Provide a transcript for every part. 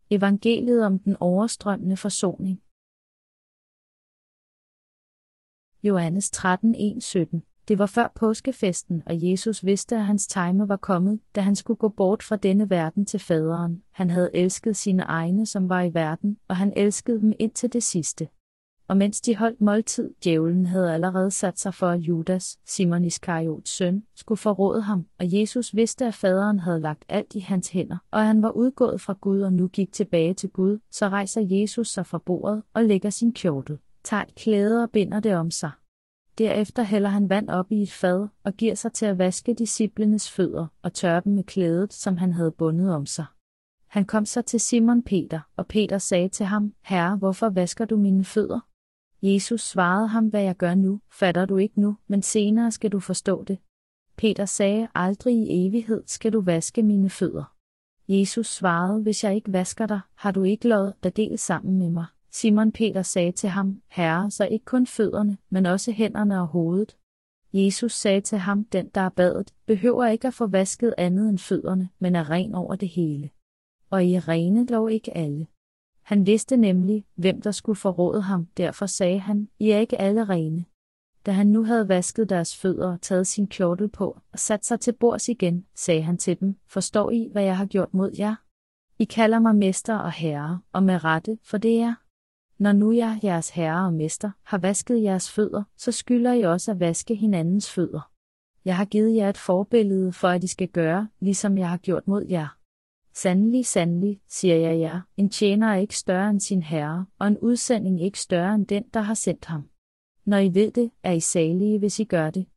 Evangeliet om den overstrømmende forsoning. Johannes 13:1-17. Det var før påskefesten, og Jesus vidste, at hans time var kommet, da han skulle gå bort fra denne verden til faderen. Han havde elsket sine egne, som var i verden, og han elskede dem indtil det sidste. Og mens de holdt måltid, djævlen havde allerede sat sig for, at Judas, Simon Iskariots søn, skulle forråde ham, og Jesus vidste, at faderen havde lagt alt i hans hænder, og han var udgået fra Gud og nu gik tilbage til Gud. Så rejser Jesus sig fra bordet og lægger sin kjortel, tager et klæde og binder det om sig. Derefter hælder han vand op i et fad og giver sig til at vaske disciplenes fødder og tørre dem med klædet, som han havde bundet om sig. Han kom så til Simon Peter, og Peter sagde til ham, Herre, hvorfor vasker du mine fødder? Jesus svarede ham, hvad jeg gør nu, fatter du ikke nu, men senere skal du forstå det. Peter sagde, aldrig i evighed skal du vaske mine fødder. Jesus svarede, hvis jeg ikke vasker dig, har du ikke lod at dele sammen med mig. Simon Peter sagde til ham, Herre, så ikke kun fødderne, men også hænderne og hovedet. Jesus sagde til ham, den der er badet, behøver ikke at få vasket andet end fødderne, men er ren over det hele. Og I er rene dog ikke alle. Han vidste nemlig, hvem der skulle forråde ham, derfor sagde han, I er ikke alle rene. Da han nu havde vasket deres fødder og taget sin kjortel på og sat sig til bords igen, sagde han til dem, forstår I, hvad jeg har gjort mod jer? I kalder mig mester og herre, og med rette, for det er. Når nu jeg, jeres herre og mester, har vasket jeres fødder, så skylder I også at vaske hinandens fødder. Jeg har givet jer et forbillede for, at I skal gøre, ligesom jeg har gjort mod jer. Sandelig, sandelig, siger jeg jer, en tjener er ikke større end sin herre, og en udsending ikke større end den, der har sendt ham. Når I ved det, er I salige, hvis I gør det.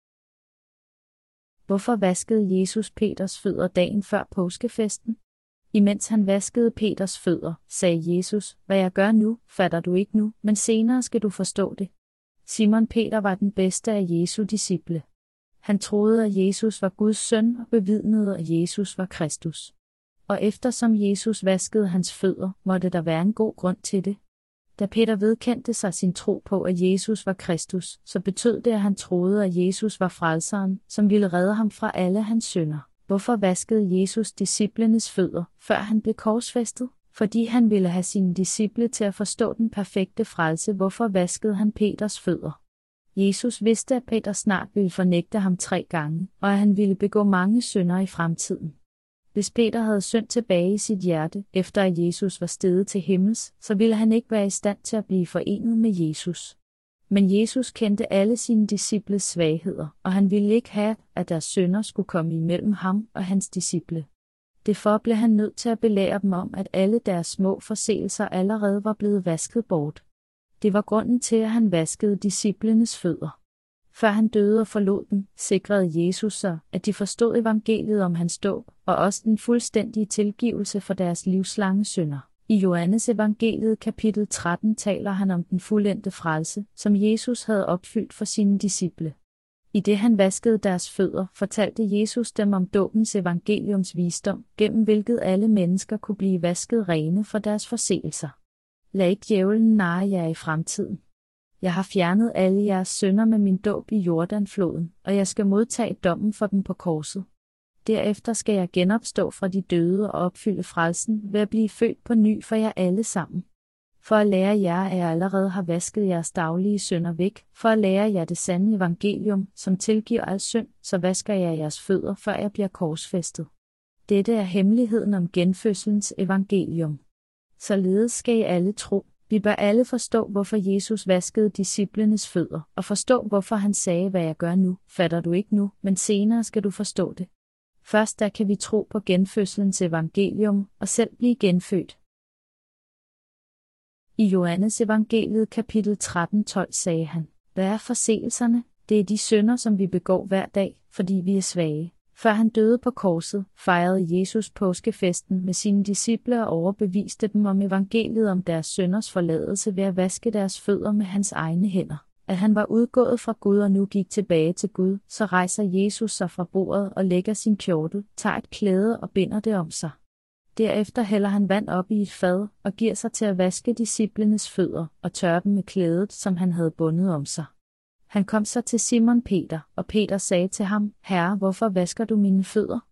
Hvorfor vaskede Jesus Peters fødder dagen før påskefesten? Imens han vaskede Peters fødder, sagde Jesus, hvad jeg gør nu, fatter du ikke nu, men senere skal du forstå det. Simon Peter var den bedste af Jesu disciple. Han troede, at Jesus var Guds søn og bevidnede, at Jesus var Kristus. Og eftersom Jesus vaskede hans fødder, måtte der være en god grund til det. Da Peter vedkendte sig sin tro på, at Jesus var Kristus, så betød det, at han troede, at Jesus var frelseren, som ville redde ham fra alle hans synder. Hvorfor vaskede Jesus disciplenes fødder, før han blev korsfæstet? Fordi han ville have sine disciple til at forstå den perfekte frelse. Hvorfor vaskede han Peters fødder? Jesus vidste, at Peter snart ville fornægte ham 3 gange, og at han ville begå mange synder i fremtiden. Hvis Peter havde synd tilbage i sit hjerte, efter at Jesus var steget til himmels, så ville han ikke være i stand til at blive forenet med Jesus. Men Jesus kendte alle sine disciples svagheder, og han ville ikke have, at deres synder skulle komme imellem ham og hans disciple. Derfor blev han nødt til at belære dem om, at alle deres små forseelser allerede var blevet vasket bort. Det var grunden til, at han vaskede disciplenes fødder. Før han døde og forlod dem, sikrede Jesus sig, at de forstod evangeliet om hans dåb, og også den fuldstændige tilgivelse for deres livslange synder. I Johannes evangeliet kapitel 13 taler han om den fuldendte frelse, som Jesus havde opfyldt for sine disciple. I det han vaskede deres fødder, fortalte Jesus dem om dåbens evangeliums visdom, gennem hvilket alle mennesker kunne blive vasket rene for deres forseelser. Lad ikke djævlen narre jer i fremtiden. Jeg har fjernet alle jeres synder med min dåb i Jordanfloden, og jeg skal modtage dommen for dem på korset. Derefter skal jeg genopstå fra de døde og opfylde frelsen ved at blive født på ny for jer alle sammen. For at lære jer, at jeg allerede har vasket jeres daglige synder væk, for at lære jer det sande evangelium, som tilgiver al synd, så vasker jeg jeres fødder, før jeg bliver korsfæstet. Dette er hemmeligheden om genfødselens evangelium. Således skal I alle tro. Vi bør alle forstå, hvorfor Jesus vaskede disciplenes fødder, og forstå, hvorfor han sagde, hvad jeg gør nu, fatter du ikke nu, men senere skal du forstå det. Først da kan vi tro på genfødselens evangelium, og selv blive genfødt. I Johannes evangeliet kapitel 13-12 sagde han, hvad er forseelserne? Det er de synder, som vi begår hver dag, fordi vi er svage. Før han døde på korset, fejrede Jesus påskefesten med sine disciple og overbeviste dem om evangeliet om deres synders forladelse ved at vaske deres fødder med hans egne hænder. At han var udgået fra Gud og nu gik tilbage til Gud, så rejser Jesus sig fra bordet og lægger sin kjortel, tager et klæde og binder det om sig. Derefter hælder han vand op i et fad og giver sig til at vaske disciplenes fødder og tørre dem med klædet, som han havde bundet om sig. Han kom så til Simon Peter, og Peter sagde til ham, Herre, hvorfor vasker du mine fødder?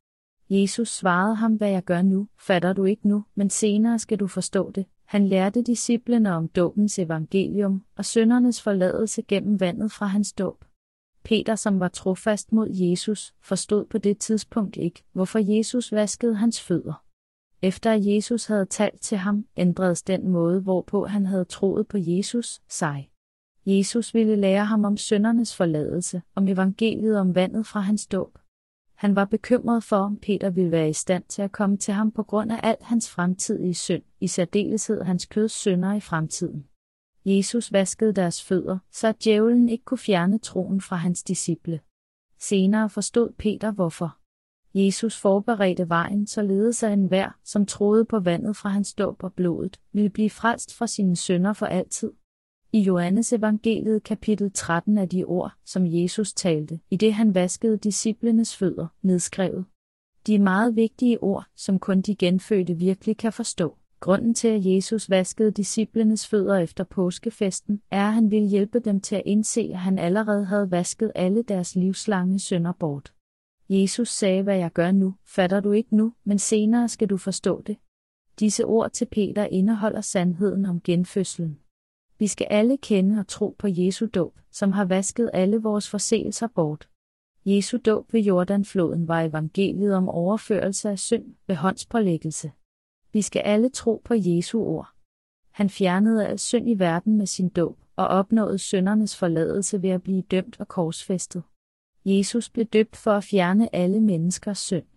Jesus svarede ham, hvad jeg gør nu, fatter du ikke nu, men senere skal du forstå det. Han lærte disciplene om dåbens evangelium og syndernes forladelse gennem vandet fra hans dåb. Peter, som var trofast mod Jesus, forstod på det tidspunkt ikke, hvorfor Jesus vaskede hans fødder. Efter at Jesus havde talt til ham, ændredes den måde, hvorpå han havde troet på Jesus, sig. Jesus ville lære ham om syndernes forladelse, om evangeliet om vandet fra hans dåb. Han var bekymret for, om Peter ville være i stand til at komme til ham på grund af alt hans fremtidige synd, i særdeleshed hans køds synder i fremtiden. Jesus vaskede deres fødder, så at djævlen ikke kunne fjerne troen fra hans disciple. Senere forstod Peter hvorfor. Jesus forberedte vejen, således at enhver, som troede på vandet fra hans dåb og blodet, ville blive frelst fra sine synder for altid. I Johannes evangeliet kapitel 13 er de ord, som Jesus talte, i det han vaskede disciplenes fødder, nedskrevet. De er meget vigtige ord, som kun de genfødte virkelig kan forstå. Grunden til, at Jesus vaskede disciplenes fødder efter påskefesten, er, at han ville hjælpe dem til at indse, at han allerede havde vasket alle deres livslange synder bort. Jesus sagde, hvad jeg gør nu, fatter du ikke nu, men senere skal du forstå det. Disse ord til Peter indeholder sandheden om genfødslen. Vi skal alle kende og tro på Jesu dåb, som har vasket alle vores forseelser bort. Jesu dåb ved Jordanfloden var evangeliet om overførelse af synd ved håndspålæggelse. Vi skal alle tro på Jesu ord. Han fjernede al synd i verden med sin dåb og opnåede syndernes forladelse ved at blive dømt og korsfæstet. Jesus blev døbt for at fjerne alle menneskers synd.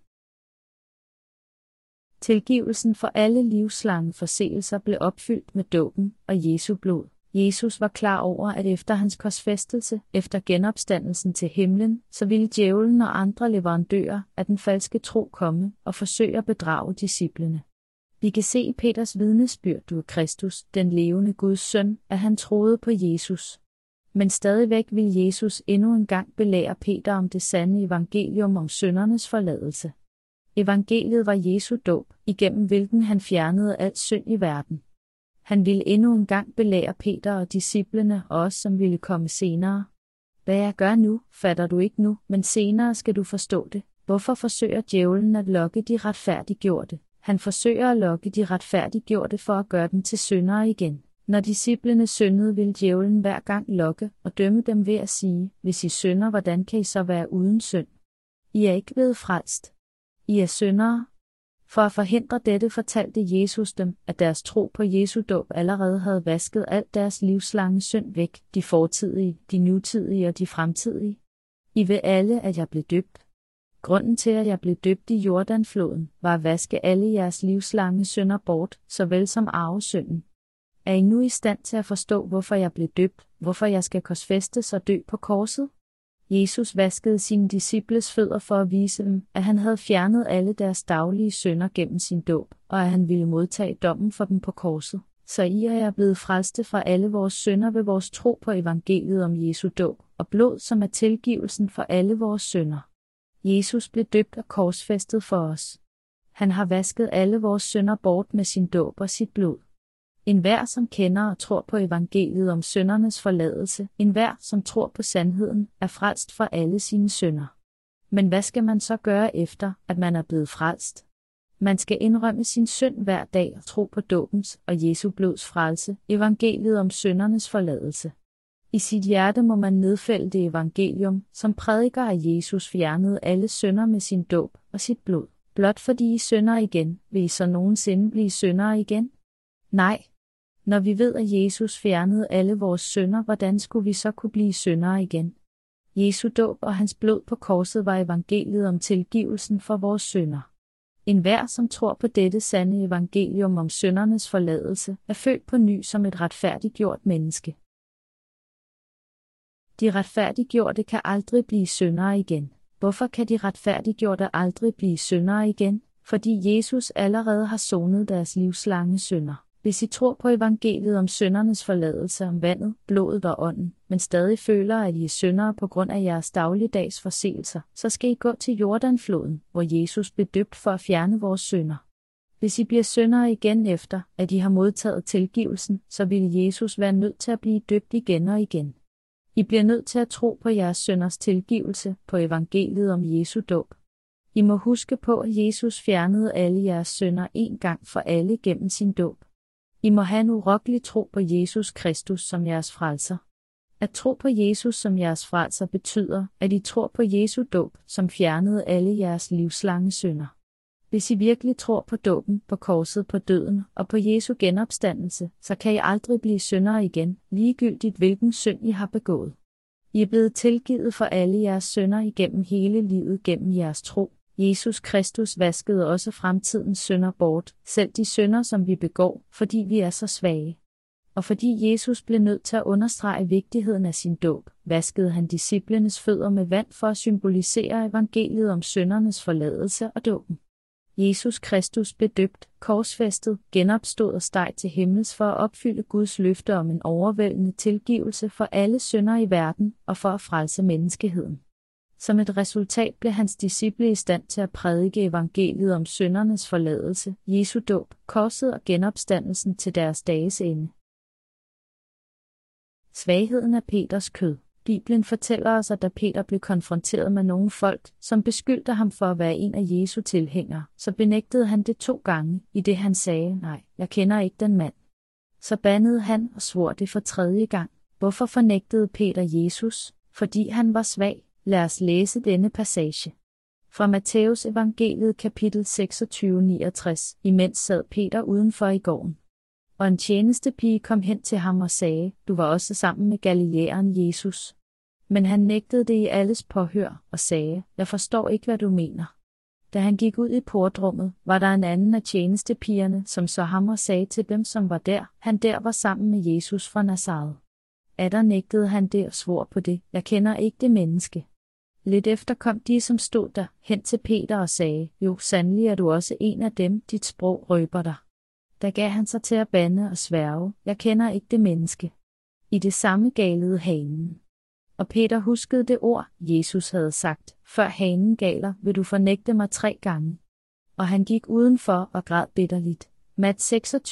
Tilgivelsen for alle livslange forseelser blev opfyldt med dåben og Jesu blod. Jesus var klar over, at efter hans korsfæstelse, efter genopstandelsen til himlen, så ville djævlen og andre leverandører af den falske tro komme og forsøge at bedrage disciplene. Vi kan se i Peters vidnesbyrd, du er Kristus, den levende Guds søn, at han troede på Jesus. Men stadigvæk vil Jesus endnu en gang belære Peter om det sande evangelium om syndernes forladelse. Evangeliet var Jesu dåb, igennem hvilken han fjernede al synd i verden. Han ville endnu en gang belære Peter og disciplene og os, som ville komme senere. Hvad jeg gør nu, fatter du ikke nu, men senere skal du forstå det. Hvorfor forsøger djævlen at lokke de retfærdiggjorte? Han forsøger at lokke de retfærdiggjorte for at gøre dem til syndere igen. Når disciplene syndede, ville djævlen hver gang lokke og dømme dem ved at sige, hvis I synder, hvordan kan I så være uden synd? I er ikke blevet frelst. I er syndere. For at forhindre dette fortalte Jesus dem, at deres tro på Jesu dåb allerede havde vasket alt deres livslange synd væk, de fortidige, de nutidige og de fremtidige. I ved alle, at jeg blev døbt. Grunden til, at jeg blev døbt i Jordanfloden, var at vaske alle jeres livslange synder bort, såvel som arvesynden. Er I nu i stand til at forstå, hvorfor jeg blev døbt, hvorfor jeg skal korsfæstes og dø på korset? Jesus vaskede sine disciples fødder for at vise dem, at han havde fjernet alle deres daglige synder gennem sin dåb, og at han ville modtage dommen for dem på korset. Så I og jeg er blevet frelste fra alle vores synder ved vores tro på evangeliet om Jesu dåb og blod, som er tilgivelsen for alle vores synder. Jesus blev døbt og korsfæstet for os. Han har vasket alle vores synder bort med sin dåb og sit blod. Enhver, som kender og tror på evangeliet om syndernes forladelse, enhver, som tror på sandheden, er frelst fra alle sine synder. Men hvad skal man så gøre efter, at man er blevet frelst? Man skal indrømme sin synd hver dag og tro på dåbens og Jesu blods frelse, evangeliet om syndernes forladelse. I sit hjerte må man nedfælde det evangelium, som prædiker af Jesus fjernede alle synder med sin dåb og sit blod. Blot fordi I synder igen, vil I så nogensinde blive syndere igen? Nej. Når vi ved, at Jesus fjernede alle vores synder, hvordan skulle vi så kunne blive syndere igen? Jesu dåb og hans blod på korset var evangeliet om tilgivelsen for vores synder. Enhver, som tror på dette sande evangelium om syndernes forladelse, er født på ny som et retfærdiggjort menneske. De retfærdiggjorte kan aldrig blive syndere igen. Hvorfor kan de retfærdiggjorte aldrig blive syndere igen? Fordi Jesus allerede har sonet deres livslange synder. Hvis I tror på evangeliet om syndernes forladelse om vandet, blodet og ånden, men stadig føler, at I er syndere på grund af jeres dagligdags forseelser, så skal I gå til Jordanfloden, hvor Jesus blev døbt for at fjerne vores synder. Hvis I bliver syndere igen efter, at I har modtaget tilgivelsen, så vil Jesus være nødt til at blive døbt igen og igen. I bliver nødt til at tro på jeres synders tilgivelse, på evangeliet om Jesu dåb. I må huske på, at Jesus fjernede alle jeres synder en gang for alle gennem sin dåb. I må have en urokkelig tro på Jesus Kristus som jeres frelser. At tro på Jesus som jeres frelser betyder, at I tror på Jesu dåb, som fjernede alle jeres livslange synder. Hvis I virkelig tror på dåben, på korset, på døden og på Jesu genopstandelse, så kan I aldrig blive syndere igen, ligegyldigt hvilken synd I har begået. I er blevet tilgivet for alle jeres synder igennem hele livet gennem jeres tro. Jesus Kristus vaskede også fremtidens synder bort, selv de synder, som vi begår, fordi vi er så svage. Og fordi Jesus blev nødt til at understrege vigtigheden af sin dåb, vaskede han disciplenes fødder med vand for at symbolisere evangeliet om syndernes forladelse og dåben. Jesus Kristus blev døbt, korsfæstet, genopstod og steg til himmels for at opfylde Guds løfte om en overvældende tilgivelse for alle synder i verden og for at frelse menneskeheden. Som et resultat blev hans disciple i stand til at prædike evangeliet om syndernes forladelse, Jesu dåb, korset og genopstandelsen til deres dages ende. Svagheden af Peters kød. Bibelen fortæller os, at da Peter blev konfronteret med nogle folk, som beskyldte ham for at være en af Jesu tilhængere, så benægtede han det 2 gange, i det han sagde, nej, jeg kender ikke den mand. Så bandede han og svor det for 3. gang. Hvorfor fornægtede Peter Jesus? Fordi han var svag. Lad os læse denne passage. Fra Matthæus evangeliet kapitel 26-69. Imens sad Peter udenfor i gården. Og en tjenestepige kom hen til ham og sagde, du var også sammen med Galilæeren Jesus. Men han nægtede det i alles påhør og sagde, jeg forstår ikke, hvad du mener. Da han gik ud i portrummet, var der en anden af tjenestepigerne, som så ham og sagde til dem, som var der, han der var sammen med Jesus fra Nazaret. Atter nægtede han det og svor på det, jeg kender ikke det menneske. Lidt efter kom de, som stod der, hen til Peter og sagde, jo, sandelig er du også en af dem, dit sprog røber dig. Da gav han sig til at bande og sværge, jeg kender ikke det menneske. I det samme galede hanen. Og Peter huskede det ord, Jesus havde sagt, før hanen galer, vil du fornægte mig 3 gange. Og han gik udenfor og græd bitterligt. Mat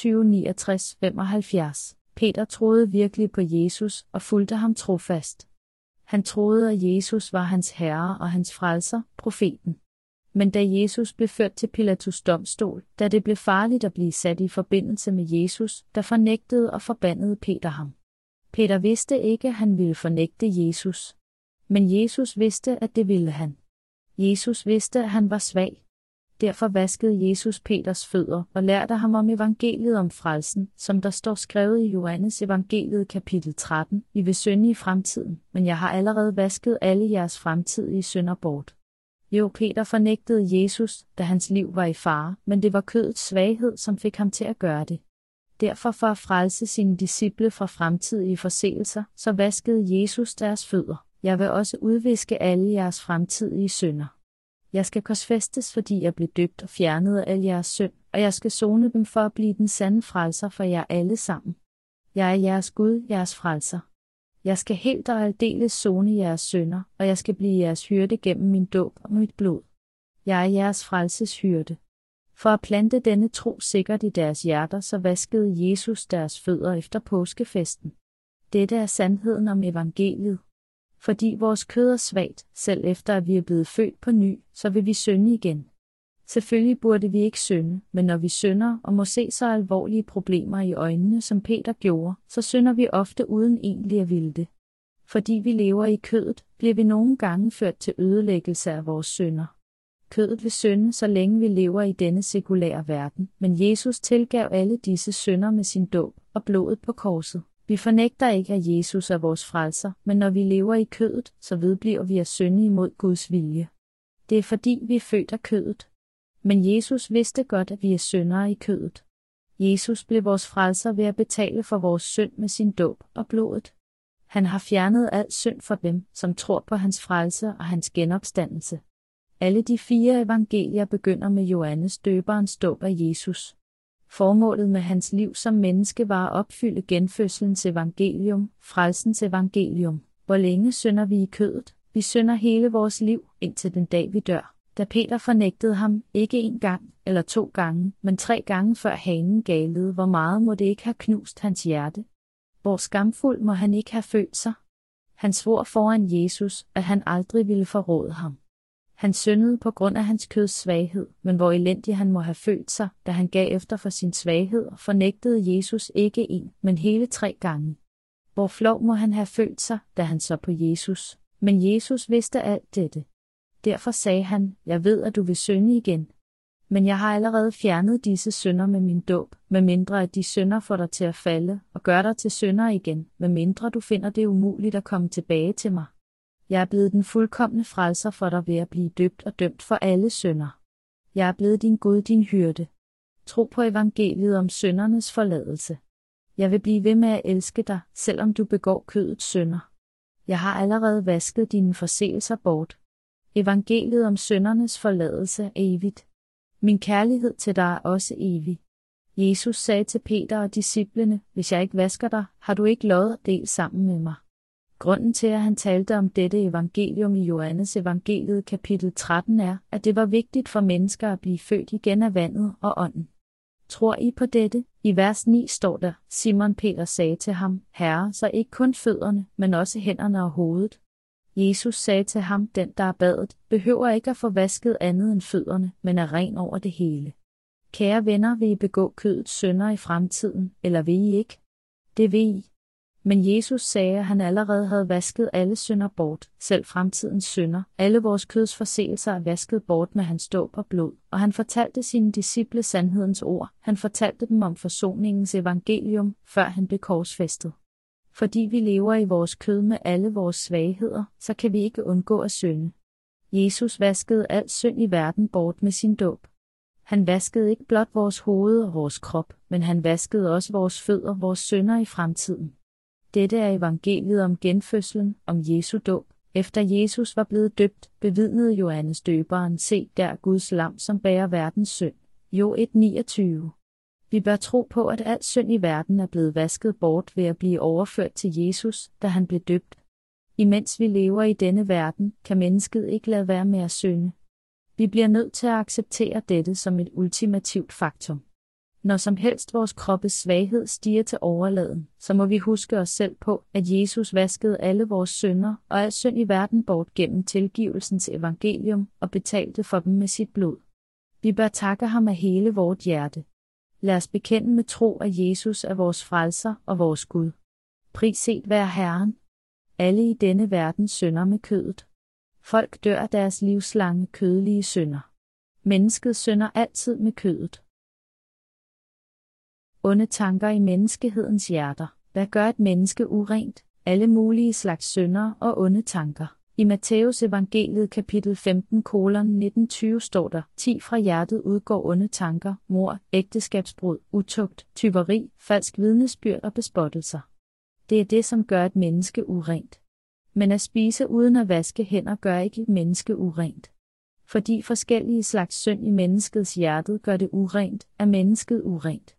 26:69-75. Peter troede virkelig på Jesus og fulgte ham trofast. Han troede, at Jesus var hans herre og hans frelser, profeten. Men da Jesus blev ført til Pilatus domstol, da det blev farligt at blive sat i forbindelse med Jesus, der fornægtede og forbandede Peter ham. Peter vidste ikke, at han ville fornægte Jesus. Men Jesus vidste, at det ville han. Jesus vidste, at han var svag. Derfor vaskede Jesus Peters fødder og lærte ham om evangeliet om frelsen, som der står skrevet i Johannes evangeliet kapitel 13, I vil synde i fremtiden, men jeg har allerede vasket alle jeres fremtidige synder bort. Jo, Peter fornægtede Jesus, da hans liv var i fare, men det var kødets svaghed, som fik ham til at gøre det. Derfor for at frelse sine disciple fra fremtidige forseelser, så vaskede Jesus deres fødder. Jeg vil også udviske alle jeres fremtidige synder. Jeg skal korsfæstes, fordi jeg blev døbt og fjernet af al jeres synd, og jeg skal sone dem for at blive den sande frelser for jer alle sammen. Jeg er jeres Gud, jeres frelser. Jeg skal helt og aldeles sone jeres synder, og jeg skal blive jeres hyrde gennem min dåb og mit blod. Jeg er jeres frelses hyrde. For at plante denne tro sikkert i deres hjerter, så vaskede Jesus deres fødder efter påskefesten. Dette er sandheden om evangeliet. Fordi vores kød er svagt, selv efter at vi er blevet født på ny, så vil vi synde igen. Selvfølgelig burde vi ikke synde, men når vi synder og må se så alvorlige problemer i øjnene, som Peter gjorde, så synder vi ofte uden egentlig at ville det. Fordi vi lever i kødet, bliver vi nogle gange ført til ødelæggelse af vores synder. Kødet vil synde, så længe vi lever i denne sekulære verden, men Jesus tilgav alle disse synder med sin dåb og blodet på korset. Vi fornægter ikke, at Jesus er vores frelser, men når vi lever i kødet, så vedbliver vi at synde imod Guds vilje. Det er fordi, vi er født af kødet. Men Jesus vidste godt, at vi er syndere i kødet. Jesus blev vores frelser ved at betale for vores synd med sin dåb og blodet. Han har fjernet al synd for dem, som tror på hans frelse og hans genopstandelse. Alle de 4 evangelier begynder med Johannes døberens dåb af Jesus. Formålet med hans liv som menneske var at opfylde genfødselens evangelium, frelsens evangelium. Hvor længe synder vi i kødet? Vi synder hele vores liv, indtil den dag vi dør. Da Peter fornægtede ham, ikke 1 gang eller 2 gange, men 3 gange før hanen galede, hvor meget må det ikke have knust hans hjerte? Hvor skamfuld må han ikke have følt sig? Han svor foran Jesus, at han aldrig ville forråde ham. Han syndede på grund af hans køds svaghed, men hvor elendig han må have følt sig, da han gav efter for sin svaghed og fornægtede Jesus ikke en, men hele 3 gange. Hvor flov må han have følt sig, da han så på Jesus. Men Jesus vidste alt dette. Derfor sagde han, jeg ved, at du vil synde igen. Men jeg har allerede fjernet disse synder med min dåb, medmindre at de synder får dig til at falde og gør dig til synder igen, medmindre du finder det umuligt at komme tilbage til mig. Jeg er blevet den fuldkomne frelser for dig ved at blive døbt og dømt for alle synder. Jeg er blevet din Gud, din hyrde. Tro på evangeliet om syndernes forladelse. Jeg vil blive ved med at elske dig, selvom du begår kødets synder. Jeg har allerede vasket dine forseelser bort. Evangeliet om syndernes forladelse er evigt. Min kærlighed til dig er også evig. Jesus sagde til Peter og disciplene, hvis jeg ikke vasker dig, har du ikke lod at dele sammen med mig. Grunden til, at han talte om dette evangelium i Johannes evangeliet kapitel 13 er, at det var vigtigt for mennesker at blive født igen af vandet og ånden. Tror I på dette? I vers 9 står der, Simon Peter sagde til ham, Herre, så ikke kun fødderne, men også hænderne og hovedet. Jesus sagde til ham, den der er badet, behøver ikke at få vasket andet end fødderne, men er ren over det hele. Kære venner, vil I begå kødets synder i fremtiden, eller vil I ikke? Det vil I. Men Jesus sagde, at han allerede havde vasket alle synder bort, selv fremtidens synder. Alle vores køds forseelser er vasket bort med hans dåb og blod, og han fortalte sine disciple sandhedens ord. Han fortalte dem om forsoningens evangelium, før han blev korsfæstet. Fordi vi lever i vores kød med alle vores svagheder, så kan vi ikke undgå at synde. Jesus vaskede al synd i verden bort med sin dåb. Han vaskede ikke blot vores hoved og vores krop, men han vaskede også vores fødder, vores synder i fremtiden. Dette er evangeliet om genfødslen, om Jesu dåb. Efter Jesus var blevet døbt, bevidnede Johannes døberen, se der Guds lam, som bærer verdens synd. Jo 1:29. Vi bør tro på, at al synd i verden er blevet vasket bort ved at blive overført til Jesus, da han blev døbt. Imens vi lever i denne verden, kan mennesket ikke lade være med at synde. Vi bliver nødt til at acceptere dette som et ultimativt faktum. Når som helst vores kroppes svaghed stiger til overladen, så må vi huske os selv på, at Jesus vaskede alle vores synder og al synd i verden bort gennem tilgivelsens evangelium og betalte for dem med sit blod. Vi bør takke ham af hele vort hjerte. Lad os bekende med tro, at Jesus er vores frelser og vores Gud. Priset være Herren. Alle i denne verden synder med kødet. Folk dør af deres livslange kødelige synder. Mennesket synder altid med kødet. Onde tanker i menneskehedens hjerter. Hvad gør et menneske urent? Alle mulige slags synder og onde tanker. I Matthæus evangeliet kapitel 15:19-20 står der, 10 fra hjertet udgår onde tanker, mord, ægteskabsbrud, utugt, tyveri, falsk vidnesbyrd og bespottelser. Det er det, som gør et menneske urent. Men at spise uden at vaske hænder gør ikke et menneske urent. Fordi forskellige slags synd i menneskets hjerte gør det urent, er mennesket urent.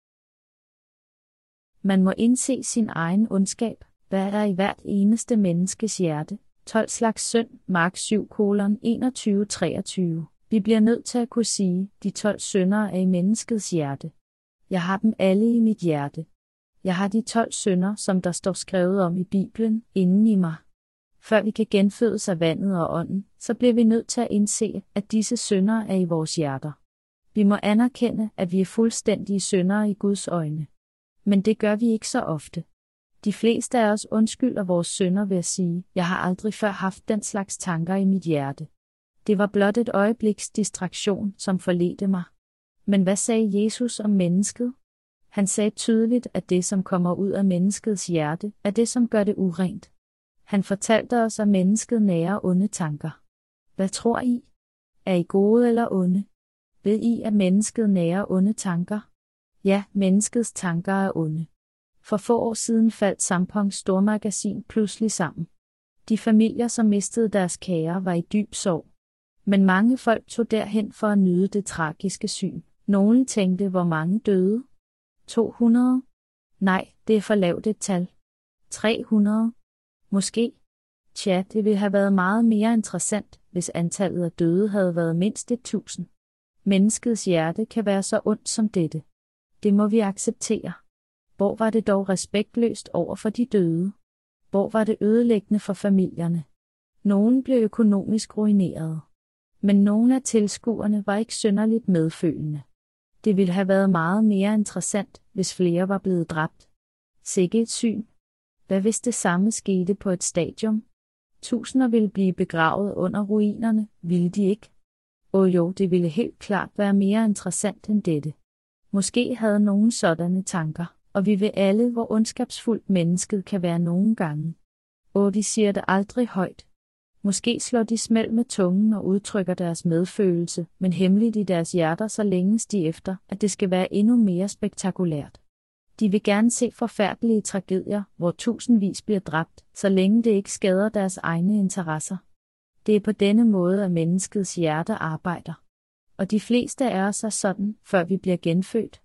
Man må indse sin egen ondskab. Hvad er der i hvert eneste menneskes hjerte? 12 slags synd, Mark 7:21-23. Vi bliver nødt til at kunne sige, de 12 synder er i menneskets hjerte. Jeg har dem alle i mit hjerte. Jeg har de 12 synder, som der står skrevet om i Bibelen, inden i mig. Før vi kan genfødes af vandet og ånden, så bliver vi nødt til at indse, at disse synder er i vores hjerter. Vi må anerkende, at vi er fuldstændige syndere i Guds øjne. Men det gør vi ikke så ofte. De fleste af os undskylder vores synder ved at sige, jeg har aldrig før haft den slags tanker i mit hjerte. Det var blot et øjebliks distraktion, som forledte mig. Men hvad sagde Jesus om mennesket? Han sagde tydeligt, at det, som kommer ud af menneskets hjerte, er det, som gør det urent. Han fortalte os, at mennesket nærer onde tanker. Hvad tror I? Er I gode eller onde? Ved I, at mennesket nærer onde tanker? Ja, menneskets tanker er onde. For få år siden faldt Sampongs stormagasin pludselig sammen. De familier, som mistede deres kære, var i dyb sorg. Men mange folk tog derhen for at nyde det tragiske syn. Nogle tænkte, hvor mange døde? 200? Nej, det er for lavt et tal. 300? Måske. Tja, det ville have været meget mere interessant, hvis antallet af døde havde været mindst 1000. Menneskets hjerte kan være så ondt som dette. Det må vi acceptere. Hvor var det dog respektløst over for de døde? Hvor var det ødelæggende for familierne? Nogen blev økonomisk ruineret. Men nogle af tilskuerne var ikke synderligt medfølende. Det ville have været meget mere interessant, hvis flere var blevet dræbt. Sikke et syn. Hvad hvis det samme skete på et stadion? Tusinder ville blive begravet under ruinerne, ville de ikke? Jo, det ville helt klart være mere interessant end dette. Måske havde nogen sådanne tanker, og vi ved alle, hvor ondskabsfuldt mennesket kan være nogle gange. De siger det aldrig højt. Måske slår de smæld med tungen og udtrykker deres medfølelse, men hemmeligt i deres hjerter så længes de efter, at det skal være endnu mere spektakulært. De vil gerne se forfærdelige tragedier, hvor tusindvis bliver dræbt, så længe det ikke skader deres egne interesser. Det er på denne måde, at menneskets hjerte arbejder. Og de fleste af os er sådan, før vi bliver genfødt.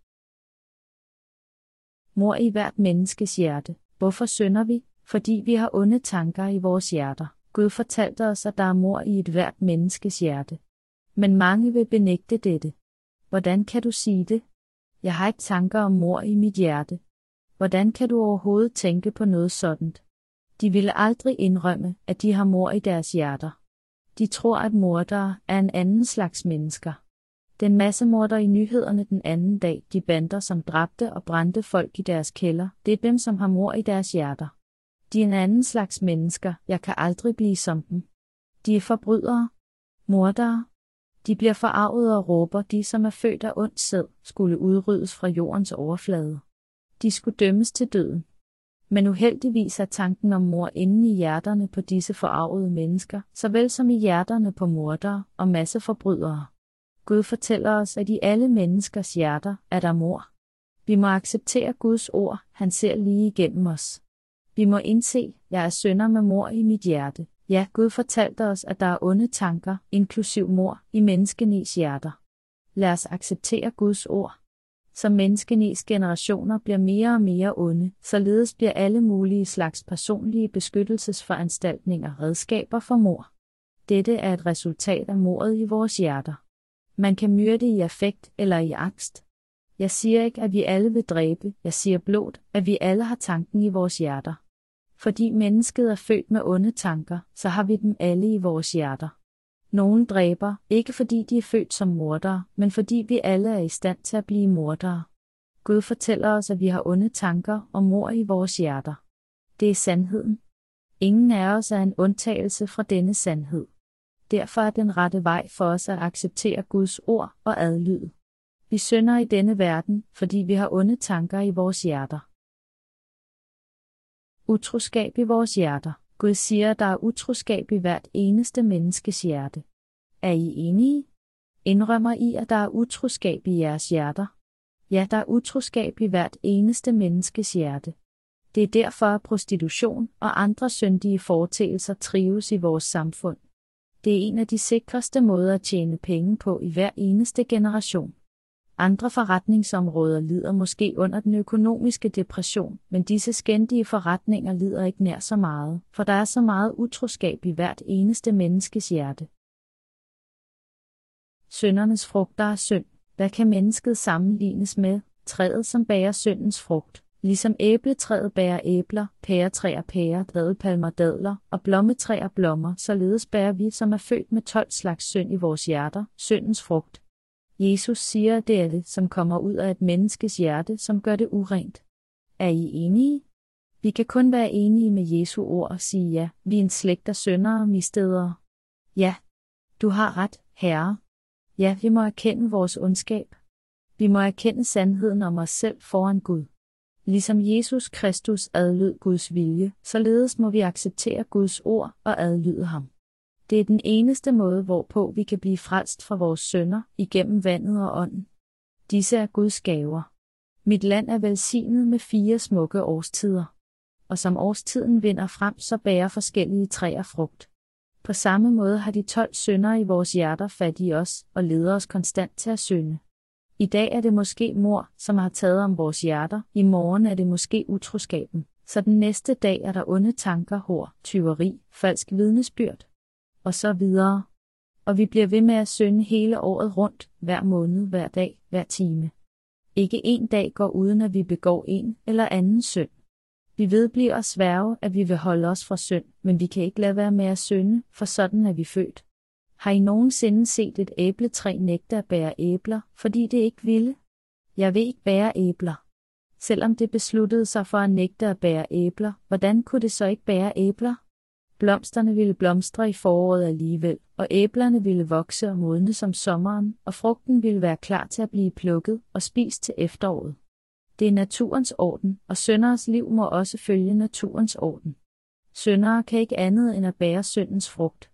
Mor i hvert menneskes hjerte. Hvorfor synder vi? Fordi vi har onde tanker i vores hjerter. Gud fortalte os, at der er mor i et hvert menneskes hjerte. Men mange vil benægte dette. Hvordan kan du sige det? Jeg har ikke tanker om mor i mit hjerte. Hvordan kan du overhovedet tænke på noget sådant? De ville aldrig indrømme, at de har mor i deres hjerter. De tror, at mordere er en anden slags mennesker. Den massemorder i nyhederne den anden dag, de bander, som dræbte og brændte folk i deres kælder, det er dem, som har mor i deres hjerter. De er en anden slags mennesker, jeg kan aldrig blive som dem. De er forbrydere. Mordere. De bliver forarvet og råber, de som er født af ondt sæd, skulle udryddes fra jordens overflade. De skulle dømmes til døden. Men uheldigvis er tanken om mor inde i hjerterne på disse forarvede mennesker, såvel som i hjerterne på mordere og masseforbrydere. Gud fortæller os, at i alle menneskers hjerter er der mor. Vi må acceptere Guds ord, han ser lige igennem os. Vi må indse, jeg er synder med mor i mit hjerte. Ja, Gud fortalte os, at der er onde tanker, inklusiv mor, i menneskenes hjerter. Lad os acceptere Guds ord. Som menneskenes generationer bliver mere og mere onde, således bliver alle mulige slags personlige beskyttelsesforanstaltninger redskaber for mor. Dette er et resultat af mordet i vores hjerter. Man kan myrde i affekt eller i angst. Jeg siger ikke, at vi alle vil dræbe, jeg siger blot, at vi alle har tanken i vores hjerter. Fordi mennesket er født med onde tanker, så har vi dem alle i vores hjerter. Nogen dræber, ikke fordi de er født som mordere, men fordi vi alle er i stand til at blive mordere. Gud fortæller os, at vi har onde tanker og mord i vores hjerter. Det er sandheden. Ingen af os er en undtagelse fra denne sandhed. Derfor er den rette vej for os at acceptere Guds ord og adlyde. Vi synder i denne verden, fordi vi har onde tanker i vores hjerter. Utroskab i vores hjerter. Gud siger, at der er utroskab i hvert eneste menneskes hjerte. Er I enige? Indrømmer I, at der er utroskab i jeres hjerter? Ja, der er utroskab i hvert eneste menneskes hjerte. Det er derfor, at prostitution og andre syndige foreteelser trives i vores samfund. Det er en af de sikreste måder at tjene penge på i hver eneste generation. Andre forretningsområder lider måske under den økonomiske depression, men disse skændige forretninger lider ikke nær så meget, for der er så meget utroskab i hvert eneste menneskes hjerte. Syndernes frugter er synd. Hvad kan mennesket sammenlignes med? Træet, som bærer syndens frugt. Ligesom æbletræet bærer æbler, pæretræer pærer, daddelpalmer dadler og blommetræer blommer, således bærer vi, som er født med 12 slags synd i vores hjerter, syndens frugt. Jesus siger, at det er det, som kommer ud af et menneskes hjerte, som gør det urent. Er I enige? Vi kan kun være enige med Jesu ord og sige ja, vi er en slægt af syndere og misstedere. Ja, du har ret, Herre. Ja, vi må erkende vores ondskab. Vi må erkende sandheden om os selv foran Gud. Ligesom Jesus Kristus adlød Guds vilje, således må vi acceptere Guds ord og adlyde ham. Det er den eneste måde, hvorpå vi kan blive frelst fra vores synder, igennem vandet og ånden. Disse er Guds gaver. Mit land er velsignet med 4 smukke årstider. Og som årstiden vinder frem, så bærer forskellige træer frugt. På samme måde har de 12 synder i vores hjerter fat i os, og leder os konstant til at synde. I dag er det måske mor, som har taget om vores hjerter, i morgen er det måske utroskaben, så den næste dag er der onde tanker, hor, tyveri, falsk vidnesbyrd, og så videre. Og vi bliver ved med at synde hele året rundt, hver måned, hver dag, hver time. Ikke en dag går uden at vi begår en eller anden synd. Vi vedbliver at sværge, at vi vil holde os fra synd, men vi kan ikke lade være med at synde, for sådan er vi født. Har I nogensinde set et æbletræ nægte at bære æbler, fordi det ikke ville? Jeg vil ikke bære æbler. Selvom det besluttede sig for at nægte at bære æbler, hvordan kunne det så ikke bære æbler? Blomsterne ville blomstre i foråret alligevel, og æblerne ville vokse og modne som sommeren, og frugten ville være klar til at blive plukket og spist til efteråret. Det er naturens orden, og synderes liv må også følge naturens orden. Syndere kan ikke andet end at bære syndens frugt.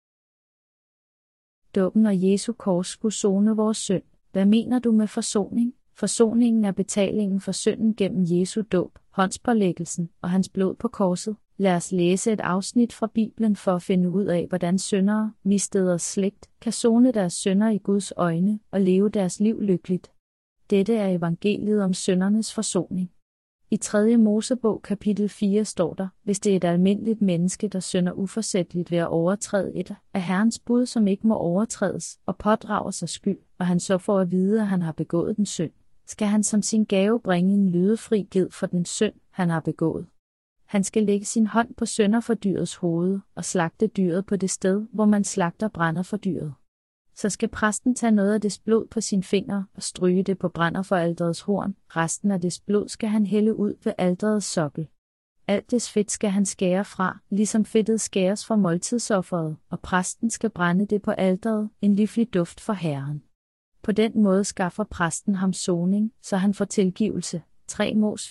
Dåben og Jesu kors skulle sone vores synd. Hvad mener du med forsoning? Forsoningen er betalingen for synden gennem Jesu dåb, håndspålæggelsen og hans blod på korset. Lad os læse et afsnit fra Bibelen for at finde ud af, hvordan syndere, misteders slægt, kan sone deres synder i Guds øjne og leve deres liv lykkeligt. Dette er evangeliet om syndernes forsoning. I 3. Mosebog kapitel 4 står der, hvis det er et almindeligt menneske, der synder uforsætligt ved at overtræde et af Herrens bud, som ikke må overtrædes, og pådrager sig skyld, og han så får at vide, at han har begået den synd, skal han som sin gave bringe en lydefri ged for den synd, han har begået. Han skal lægge sin hånd på sønderfordyrets hoved og slagte dyret på det sted, hvor man slagter brænderfordyret. Så skal præsten tage noget af dets blod på sin finger og stryge det på brænderforalterets horn. Resten af dets blod skal han hælde ud ved alterets sokkel. Alt dets fedt skal han skære fra, ligesom fedtet skæres fra måltidsofferet, og præsten skal brænde det på alteret, en livlig duft for Herren. På den måde skaffer præsten ham soning, så han får tilgivelse. 3 Mos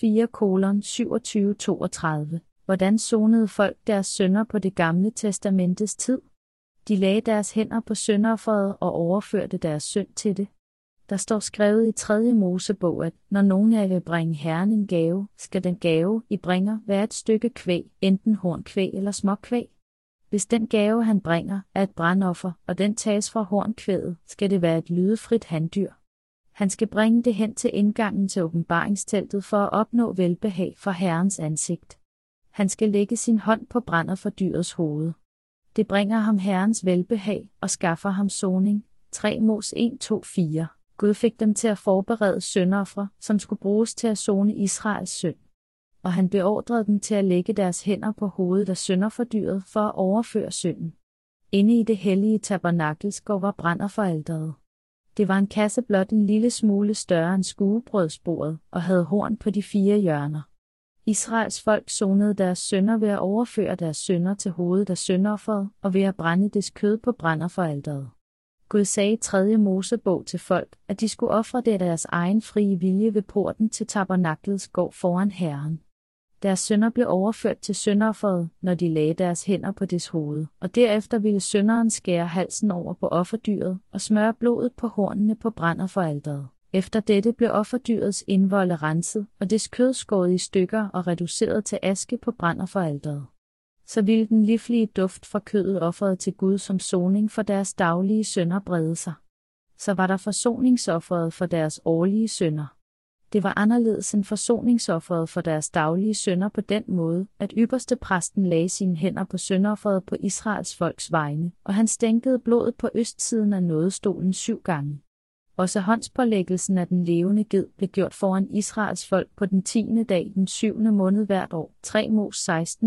4:27-32. Hvordan sonede folk deres synder på det gamle testamentets tid? De lagde deres hænder på syndofferet og overførte deres synd til det. Der står skrevet i 3. Mosebog, at når nogen af jer vil bringe Herren en gave, skal den gave, I bringer, være et stykke kvæg, enten hornkvæg eller småkvæg. Hvis den gave, han bringer, er et brandoffer, og den tages fra hornkvæget, skal det være et lydefrit handyr. Han skal bringe det hen til indgangen til åbenbaringsteltet for at opnå velbehag for Herrens ansigt. Han skal lægge sin hånd på brænderfordyrets hoved. Det bringer ham Herrens velbehag og skaffer ham soning. 3 Mos 1:2-4. Gud fik dem til at forberede syndofre, som skulle bruges til at sone Israels synd. Og han beordrede dem til at lægge deres hænder på hovedet af synderfordyret for at overføre synden. Inde i det hellige tabernakelskov var brænderforalteret. Det var en kasse blot en lille smule større end skuebrødsbordet og havde horn på de 4 hjørner. Israels folk sonede deres synder ved at overføre deres synder til hovedet af syndofferet og ved at brænde dets kød på brænderforalteret. Gud sagde i 3. Mosebog til folk, at de skulle ofre det af deres egen frie vilje ved porten til tabernaklets gård foran Herren. Deres synder blev overført til syndofferet, når de lagde deres hænder på dets hoved, og derefter ville synderen skære halsen over på offerdyret og smøre blodet på hornene på brænderforalteret. Efter dette blev offerdyrets indvolde renset, og dets kød skåret i stykker og reduceret til aske på brænderforalteret. Så ville den livlige duft fra kødet offeret til Gud som soning for deres daglige synder brede sig. Så var der forsoningsofferet for deres årlige synder. Det var anderledes end forsoningsofferet for deres daglige synder på den måde, at ypperste præsten lagde sine hænder på syndofferet på Israels folks vegne, og han stænkede blodet på østsiden af nådestolen 7 gange. Også håndspålæggelsen af den levende ged blev gjort foran Israels folk på den 10. dag den 7. måned hvert år. 3 Mos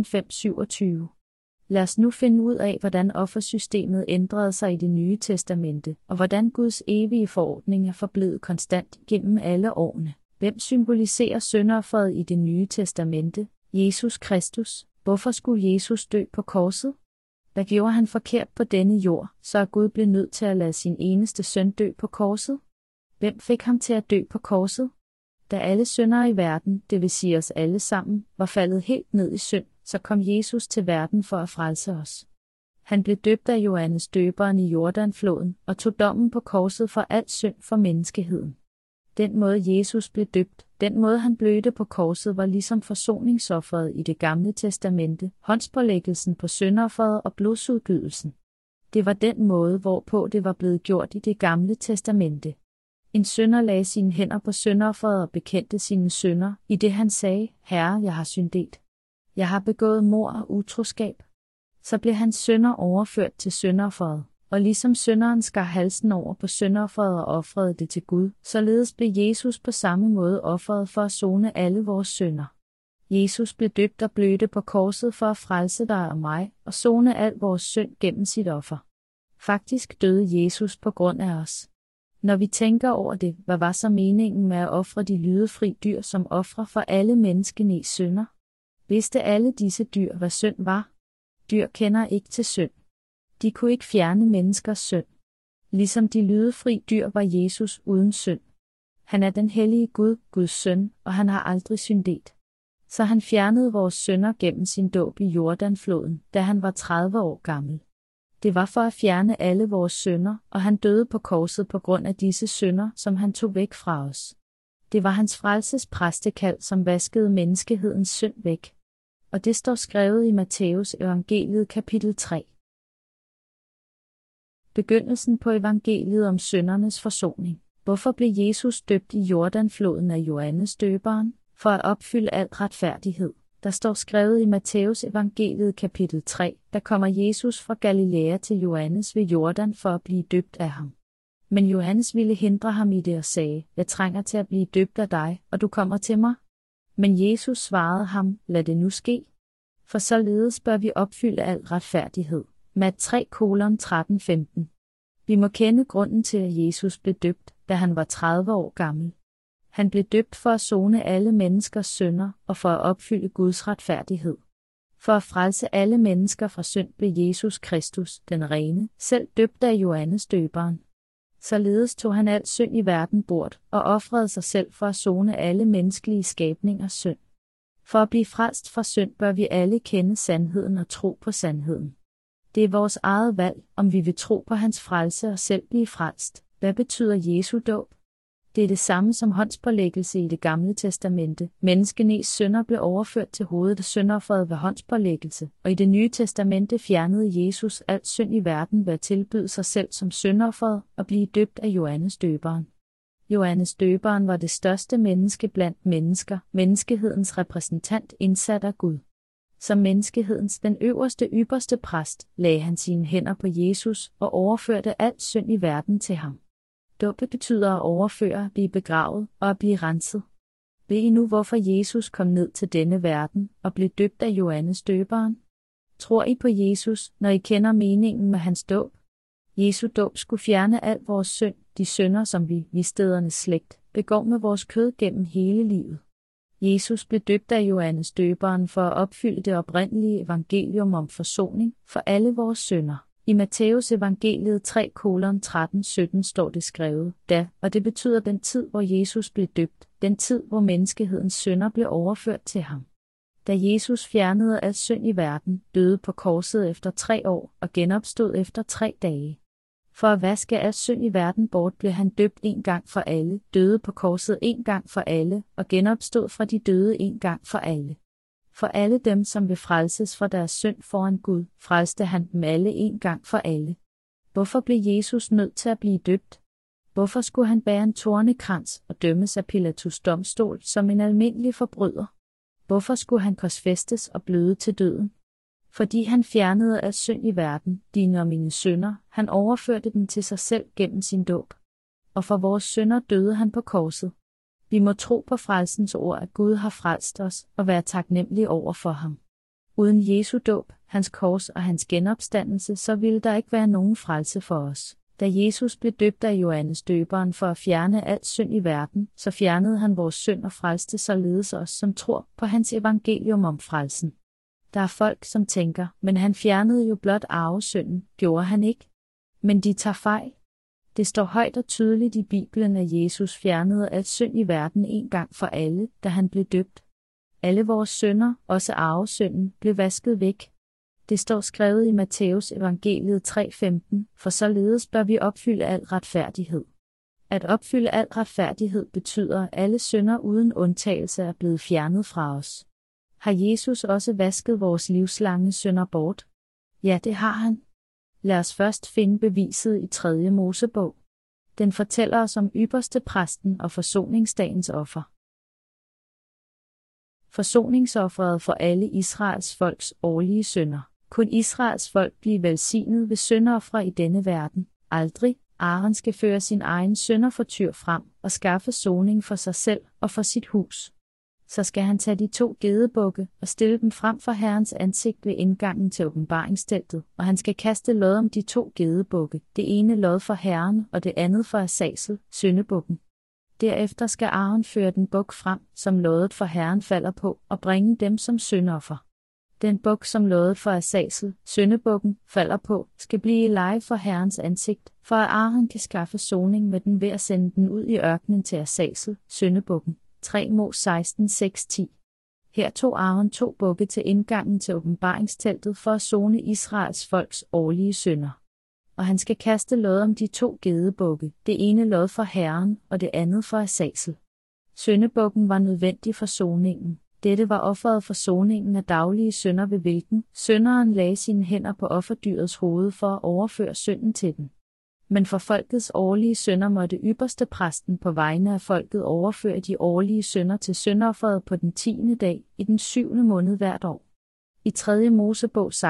16:5-27. Lad os nu finde ud af, hvordan offersystemet ændrede sig i Det Nye Testamente, og hvordan Guds evige forordning er forblevet konstant gennem alle årene. Hvem symboliserer syndofferet i Det Nye Testamente? Jesus Kristus. Hvorfor skulle Jesus dø på korset? Hvad gjorde han forkert på denne jord, så Gud blev nødt til at lade sin eneste søn dø på korset? Hvem fik ham til at dø på korset? Da alle syndere i verden, det vil sige os alle sammen, var faldet helt ned i synd, så kom Jesus til verden for at frelse os. Han blev døbt af Johannes Døberen i Jordanfloden og tog dommen på korset for al synd for menneskeheden. Den måde Jesus blev døbt, den måde han blødte på korset var ligesom forsoningsofferet i Det Gamle Testamente, håndspålæggelsen på syndofferet og blodsudgydelsen. Det var den måde, hvorpå det var blevet gjort i Det Gamle Testamente. En synder lagde sine hænder på syndofferet og bekendte sine synder, i det han sagde, Herre, jeg har syndet. Jeg har begået mord og utroskab. Så blev hans synder overført til syndofferet. Og ligesom synderen skar halsen over på syndofferet og ofrede det til Gud, således blev Jesus på samme måde ofret for at sone alle vores synder. Jesus blev døbt og blødte på korset for at frelse dig og mig, og sone al vores synd gennem sit offer. Faktisk døde Jesus på grund af os. Når vi tænker over det, hvad var så meningen med at ofre de lydefri dyr som ofre for alle menneskenes synder? Vidste alle disse dyr, hvad synd var? Dyr kender ikke til synd. De kunne ikke fjerne menneskers synd. Ligesom de lydefri dyr var Jesus uden synd. Han er den hellige Gud, Guds søn, og han har aldrig syndet. Så han fjernede vores synder gennem sin dåb i Jordanfloden, da han var 30 år gammel. Det var for at fjerne alle vores synder, og han døde på korset på grund af disse synder, som han tog væk fra os. Det var hans frelses præstekald, som vaskede menneskehedens synd væk. Og det står skrevet i Matteus evangeliet kapitel 3. Begyndelsen på evangeliet om syndernes forsoning. Hvorfor blev Jesus døbt i Jordanfloden af Johannes døberen? For at opfylde al retfærdighed. Der står skrevet i Matteus evangeliet kapitel 3, der kommer Jesus fra Galilea til Johannes ved Jordan for at blive døbt af ham. Men Johannes ville hindre ham i det og sagde, jeg trænger til at blive døbt af dig, og du kommer til mig. Men Jesus svarede ham, lad det nu ske. For således bør vi opfylde al retfærdighed. Mat 3:13-15. Vi må kende grunden til, at Jesus blev døbt, da han var 30 år gammel. Han blev døbt for at sone alle menneskers synder og for at opfylde Guds retfærdighed. For at frelse alle mennesker fra synd blev Jesus Kristus, den rene, selv døbt af Johannes døberen. Således tog han al synd i verden bort og ofrede sig selv for at sone alle menneskelige skabningers synd. For at blive frelst fra synd bør vi alle kende sandheden og tro på sandheden. Det er vores eget valg, om vi vil tro på hans frelse og selv blive frelst. Hvad betyder Jesu dåb? Det er det samme som håndspålæggelse i det gamle testamente. Menneskenes synder blev overført til hovedet af syndofferet ved håndspålæggelse, og i det nye testamente fjernede Jesus alt synd i verden ved at tilbyde sig selv som syndofferet og blive døbt af Johannes døberen. Johannes døberen var det største menneske blandt mennesker, menneskehedens repræsentant indsat af Gud. Som menneskehedens den ypperste præst, lagde han sine hænder på Jesus og overførte alt synd i verden til ham. Dåbet betyder at overføre, at blive begravet og at blive renset. Ved I nu, hvorfor Jesus kom ned til denne verden og blev døbt af Johannes døberen? Tror I på Jesus, når I kender meningen med hans dåb? Jesu dåb skulle fjerne al vores synd, de synder, som vi stedernes slægt, begår med vores kød gennem hele livet. Jesus blev døbt af Johannes døberen for at opfylde det oprindelige evangelium om forsoning for alle vores synder. I Matteus evangeliet 3:13-17 står det skrevet, og det betyder den tid, hvor Jesus blev døbt, den tid, hvor menneskehedens synder blev overført til ham. Da Jesus fjernede al synd i verden, døde på korset efter 3 år og genopstod efter 3 dage. For at vaske al synd i verden bort blev han døbt en gang for alle, døde på korset en gang for alle og genopstod fra de døde en gang for alle. For alle dem, som vil frelses fra deres synd foran Gud, frelste han dem alle en gang for alle. Hvorfor blev Jesus nødt til at blive døbt? Hvorfor skulle han bære en tornekrans og dømmes af Pilatus domstol som en almindelig forbryder? Hvorfor skulle han korsfæstes og bløde til døden? Fordi han fjernede al synd i verden, dine og mine synder, han overførte dem til sig selv gennem sin dåb. Og for vores synder døde han på korset. Vi må tro på frelsens ord, at Gud har frelst os, og være taknemmelige over for ham. Uden Jesu dåb, hans kors og hans genopstandelse, så ville der ikke være nogen frelse for os. Da Jesus blev døbt af Johannes døberen for at fjerne alt synd i verden, så fjernede han vores synd og frelste således os, som tror på hans evangelium om frelsen. Der er folk, som tænker, men han fjernede jo blot arvesynden, gjorde han ikke? Men de tager fejl. Det står højt og tydeligt i Bibelen, at Jesus fjernede al synd i verden en gang for alle, da han blev døbt. Alle vores synder, også arvesynden, blev vasket væk. Det står skrevet i Matteus evangeliet 3:15, for således bør vi opfylde al retfærdighed. At opfylde al retfærdighed betyder, at alle synder uden undtagelse er blevet fjernet fra os. Har Jesus også vasket vores livslange synder bort? Ja, det har han. Lad os først finde beviset i 3. Mosebog. Den fortæller os om ypperste præsten og forsoningsdagens offer. Forsoningsofferet for alle Israels folks årlige synder. Kun Israels folk blive velsignet ved syndofre i denne verden. Aldrig. Aaron skal føre sin egen synderfortyr frem og skaffe soning for sig selv og for sit hus. Så skal han tage de 2 gedebukke og stille dem frem for Herrens ansigt ved indgangen til åbenbaringsteltet, og han skal kaste lod om de 2 gedebukke, det ene lod for Herren og det andet for Azazel, syndebukken. Derefter skal Aaron føre den buk frem, som loddet for Herren falder på, og bringe dem som syndoffer. Den buk, som loddet for Azazel, syndebukken, falder på, skal blive i leje for Herrens ansigt, for at Aaron kan skaffe soning med den ved at sende den ud i ørkenen til Azazel, syndebukken. 3 Mos 16, 6-10. Her tog Aaron 2 bukke til indgangen til åbenbaringsteltet for at sone Israels folks årlige synder. Og han skal kaste lod om de 2 gedebukke, det ene lod for Herren og det andet for Azazel. Syndebukken var nødvendig for soningen. Dette var offeret for soningen af daglige synder, ved hvilken synderen lagde sine hænder på offerdyrets hoved for at overføre synden til den. Men for folkets årlige synder måtte ypperste præsten på vegne af folket overføre de årlige synder til syndofferet på den 10. dag i den 7. måned hvert år. I 3. Mosebog 16:29-31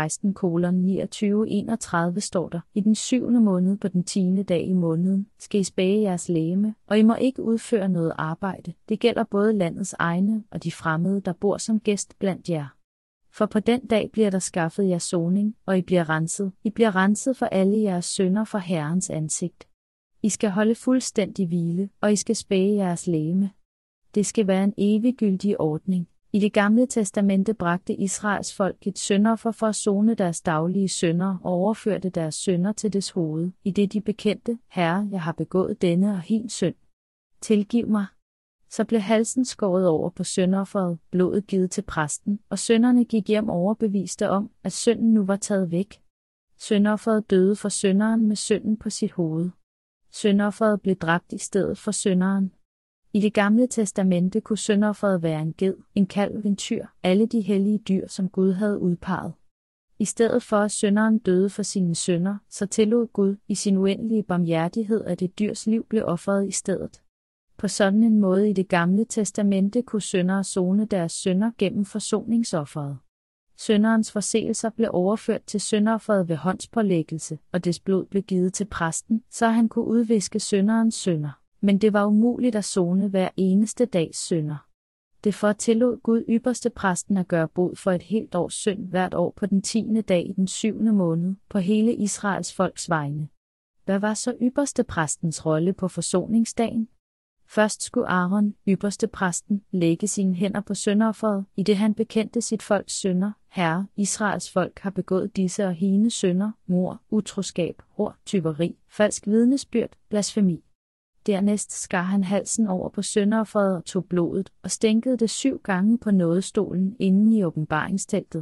står der, i den 7. måned på den 10. dag i måneden, skal I spæge jeres legeme, og I må ikke udføre noget arbejde. Det gælder både landets egne og de fremmede, der bor som gæst blandt jer. For på den dag bliver der skaffet jer soning, og I bliver renset. I bliver renset for alle jeres synder for Herrens ansigt. I skal holde fuldstændig hvile, og I skal spæge jeres legeme. Det skal være en eviggyldig ordning. I det gamle testamente bragte Israels folk et syndoffer for at sone deres daglige synder og overførte deres synder til dets hoved, i det de bekendte, Herre, jeg har begået denne og hin synd. Tilgiv mig. Så blev halsen skåret over på syndofferet, blodet givet til præsten, og synderne gik hjem overbeviste om, at synden nu var taget væk. Syndofferet døde for synderen med synden på sit hoved. Syndofferet blev dræbt i stedet for synderen. I det gamle testamente kunne syndofferet være en ged, en kalv, en tyr, alle de hellige dyr, som Gud havde udpeget. I stedet for at synderen døde for sine synder, så tillod Gud i sin uendelige barmhjertighed, at et dyrs liv blev ofret i stedet. På sådan en måde i det gamle testamente kunne syndere sone deres synder gennem forsoningsofferet. Synderens forseelser blev overført til syndofferet ved håndspålæggelse, og dets blod blev givet til præsten, så han kunne udviske synderens synder. Men det var umuligt at sone hver eneste dags synder. Derfor tillod Gud ypperste præsten at gøre bod for et helt års synd hvert år på den 10. dag i den 7. måned, på hele Israels folks vegne. Hvad var så ypperste præstens rolle på forsoningsdagen? Først skulle Aaron, ypperste præsten, lægge sine hænder på syndofferet, i det han bekendte sit folks synder. Herre, Israels folk har begået disse og hine synder, mord, utroskab, hor, tyveri, falsk vidnesbyrd, blasfemi. Dernæst skar han halsen over på syndofferet og tog blodet og stænkede det 7 gange på nådestolen inden i åbenbaringsteltet.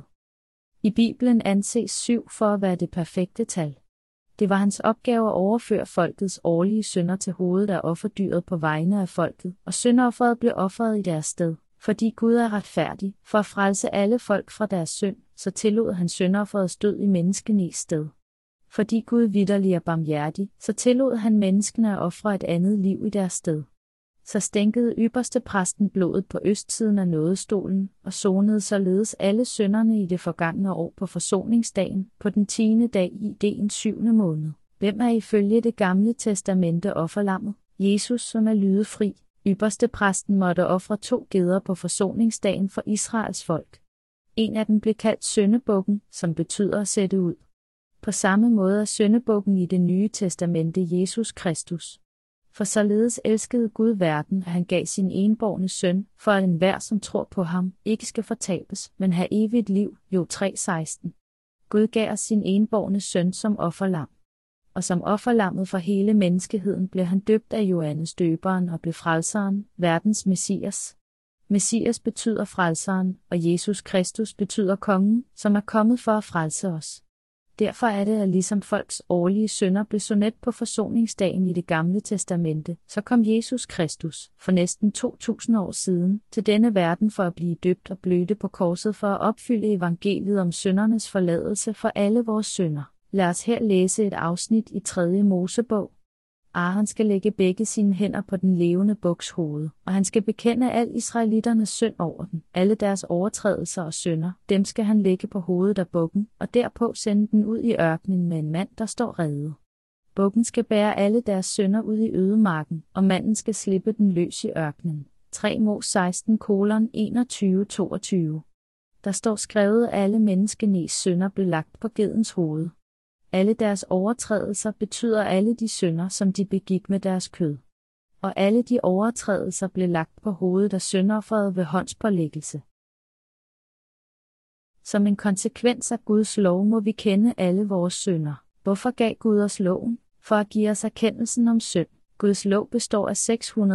I Bibelen anses 7 for at være det perfekte tal. Det var hans opgave at overføre folkets årlige synder til hovedet af offerdyret på vegne af folket, og syndofferet blev offret i deres sted. Fordi Gud er retfærdig, for at frelse alle folk fra deres synd, så tillod han syndofferets død i menneskenes sted. Fordi Gud vitterlig er barmhjertig, så tillod han menneskene at ofre et andet liv i deres sted. Så stænkede ypperste præsten blodet på østsiden af nådestolen, og sonede således alle synderne i det forgangne år på forsoningsdagen, på den 10. dag i den 7. måned. Hvem er ifølge det gamle testamente offerlammet? Jesus, som er lydefri. Ypperste præsten måtte ofre 2 geder på forsoningsdagen for Israels folk. En af dem blev kaldt syndebukken, som betyder at sætte ud. På samme måde er syndebukken i det nye testamente Jesus Kristus. For således elskede Gud verden, at han gav sin enbårne søn, for at enhver, som tror på ham, ikke skal fortabes, men have evigt liv. Jo 3:16. Gud gav os sin enbårne søn som offerlam. Og som offerlammet for hele menneskeheden blev han døbt af Johannes døberen og blev frelseren, verdens Messias. Messias betyder frelseren, og Jesus Kristus betyder kongen, som er kommet for at frelse os. Derfor er det, at ligesom folks årlige synder blev sonet på forsoningsdagen i det gamle testamente, så kom Jesus Kristus, for næsten 2000 år siden, til denne verden for at blive døbt og bløde på korset for at opfylde evangeliet om syndernes forladelse for alle vores synder. Lad os her læse et afsnit i 3. Mosebog. Aaron skal lægge begge sine hænder på den levende buks hoved, og han skal bekende al israelitternes synd over den, alle deres overtrædelser og synder, dem skal han lægge på hovedet af bukken, og derpå sende den ud i ørkenen med en mand, der står reddet. Bukken skal bære alle deres synder ud i ødemarken, og manden skal slippe den løs i ørkenen. 3 Mos 16:21-22. Der står skrevet, at alle menneskenes synder blev lagt på gedens hoved. Alle deres overtrædelser betyder alle de synder, som de begik med deres kød. Og alle de overtrædelser blev lagt på hovedet af syndofferet ved håndspålæggelse. Som en konsekvens af Guds lov må vi kende alle vores synder. Hvorfor gav Gud os loven? For at give os erkendelsen om synd. Guds lov består af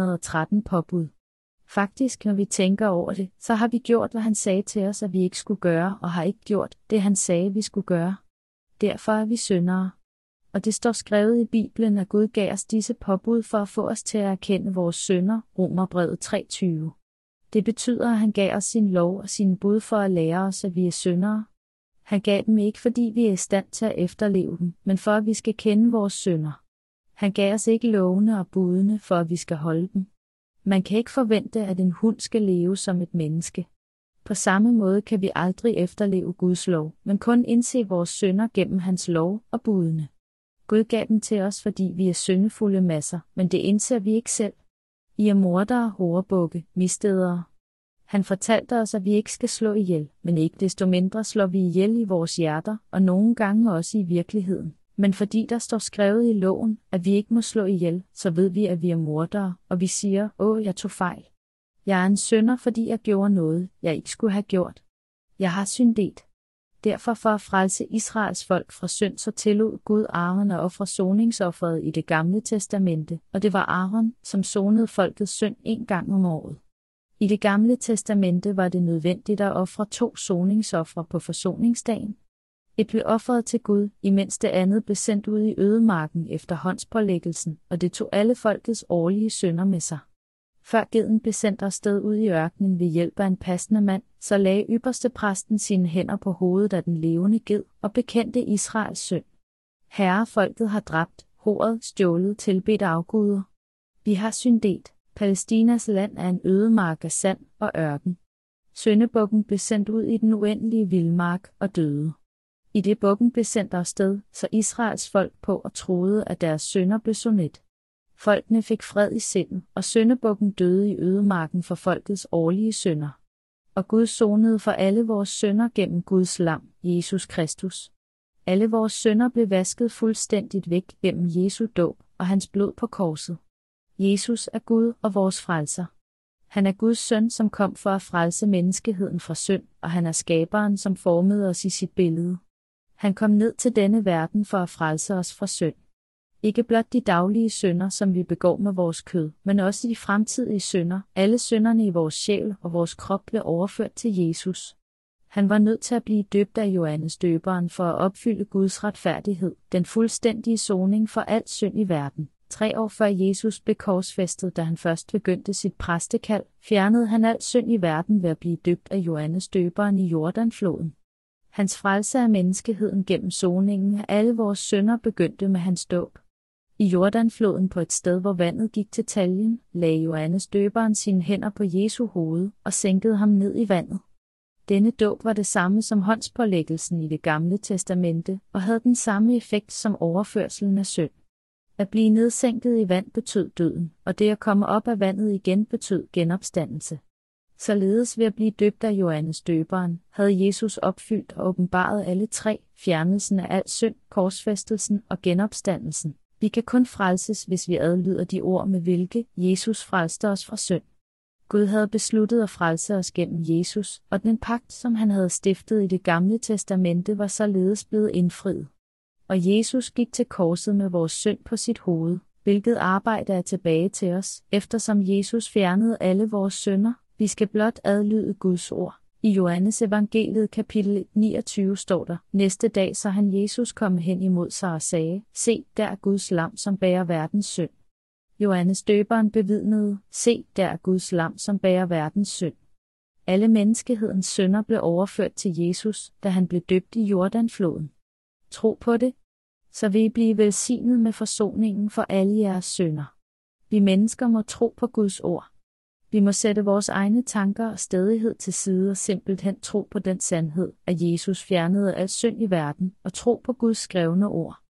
613 påbud. Faktisk, når vi tænker over det, så har vi gjort, hvad han sagde til os, at vi ikke skulle gøre, og har ikke gjort det, han sagde, vi skulle gøre. Derfor er vi syndere. Og det står skrevet i Bibelen, at Gud gav os disse påbud for at få os til at erkende vores synder, Romerbrevet 3:20. Det betyder, at han gav os sin lov og sine bud for at lære os, at vi er syndere. Han gav dem ikke, fordi vi er i stand til at efterleve dem, men for at vi skal kende vores synder. Han gav os ikke lovene og budene, for at vi skal holde dem. Man kan ikke forvente, at en hund skal leve som et menneske. På samme måde kan vi aldrig efterleve Guds lov, men kun indse vores synder gennem hans lov og budene. Gud gav dem til os, fordi vi er syndefulde masser, men det indser vi ikke selv. I er mordere, horebukke, misstedere. Han fortalte os, at vi ikke skal slå ihjel, men ikke desto mindre slår vi ihjel i vores hjerter, og nogle gange også i virkeligheden. Men fordi der står skrevet i loven, at vi ikke må slå ihjel, så ved vi, at vi er mordere, og vi siger, jeg tog fejl. Jeg er en synder, fordi jeg gjorde noget, jeg ikke skulle have gjort. Jeg har syndet. Derfor for at frelse Israels folk fra synd, så tillod Gud Aaron at ofre soningsofferet i det gamle testamente, og det var Aaron, som sonede folkets synd en gang om året. I det gamle testamente var det nødvendigt at ofre 2 soningsofre på forsoningsdagen. Et blev offret til Gud, imens det andet blev sendt ud i ødemarken efter håndspålæggelsen, og det tog alle folkets årlige synder med sig. Før geden blev sendt afsted ud i ørkenen ved hjælp af en passende mand, så lagde ypperstepræsten sine hænder på hovedet af den levende ged og bekendte Israels synd. Herre, folket har dræbt, horet, stjålet, tilbedt afguder. Vi har syndet. Palæstinas land er en ødemark af sand og ørken. Syndebukken blev sendt ud i den uendelige vildmark og døde. I det bukken blev sendt afsted, så Israels folk på og troede, at deres synder blev sonet. Folkene fik fred i sindet, og syndebukken døde i ødemarken for folkets årlige synder. Og Gud sonede for alle vores synder gennem Guds lam, Jesus Kristus. Alle vores synder blev vasket fuldstændigt væk gennem Jesu dåb og hans blod på korset. Jesus er Gud og vores frelser. Han er Guds søn, som kom for at frelse menneskeheden fra synd, og han er skaberen, som formede os i sit billede. Han kom ned til denne verden for at frelse os fra synd. Ikke blot de daglige synder, som vi begår med vores kød, men også de fremtidige synder. Alle synderne i vores sjæl og vores krop blev overført til Jesus. Han var nødt til at blive døbt af Johannes døberen for at opfylde Guds retfærdighed, den fuldstændige soning for al synd i verden. 3 år før Jesus blev korsfæstet, da han først begyndte sit præstekald, fjernede han al synd i verden ved at blive døbt af Johannes døberen i Jordanfloden. Hans frelse af menneskeheden gennem soningen af alle vores synder begyndte med hans dåb. I Jordanfloden på et sted, hvor vandet gik til taljen, lagde Johannes døberen sine hænder på Jesu hoved og sænkede ham ned i vandet. Denne dåb var det samme som håndspålæggelsen i det gamle testamente og havde den samme effekt som overførselen af synd. At blive nedsænket i vand betød døden, og det at komme op af vandet igen betød genopstandelse. Således ved at blive døbt af Johannes døberen, havde Jesus opfyldt og åbenbaret alle 3, fjernelsen af al synd, korsfæstelsen og genopstandelsen. Vi kan kun frelses, hvis vi adlyder de ord, med hvilke Jesus frelste os fra synd. Gud havde besluttet at frelse os gennem Jesus, og den pagt, som han havde stiftet i det gamle testamente, var således blevet indfriet. Og Jesus gik til korset med vores synd på sit hoved, hvilket arbejde er tilbage til os, eftersom Jesus fjernede alle vores synder. Vi skal blot adlyde Guds ord. I Johannes evangeliet kapitel 29 står der, næste dag så han Jesus kom hen imod sig og sagde, se, der er Guds lam, som bærer verdens synd. Johannes døberen bevidnede, se, der er Guds lam, som bærer verdens synd. Alle menneskehedens synder blev overført til Jesus, da han blev døbt i Jordanfloden. Tro på det, så vil I blive velsignet med forsoningen for alle jeres synder. Vi mennesker må tro på Guds ord. Vi må sætte vores egne tanker og stædighed til side og simpelthen tro på den sandhed, at Jesus fjernede al synd i verden, og tro på Guds skrevne ord.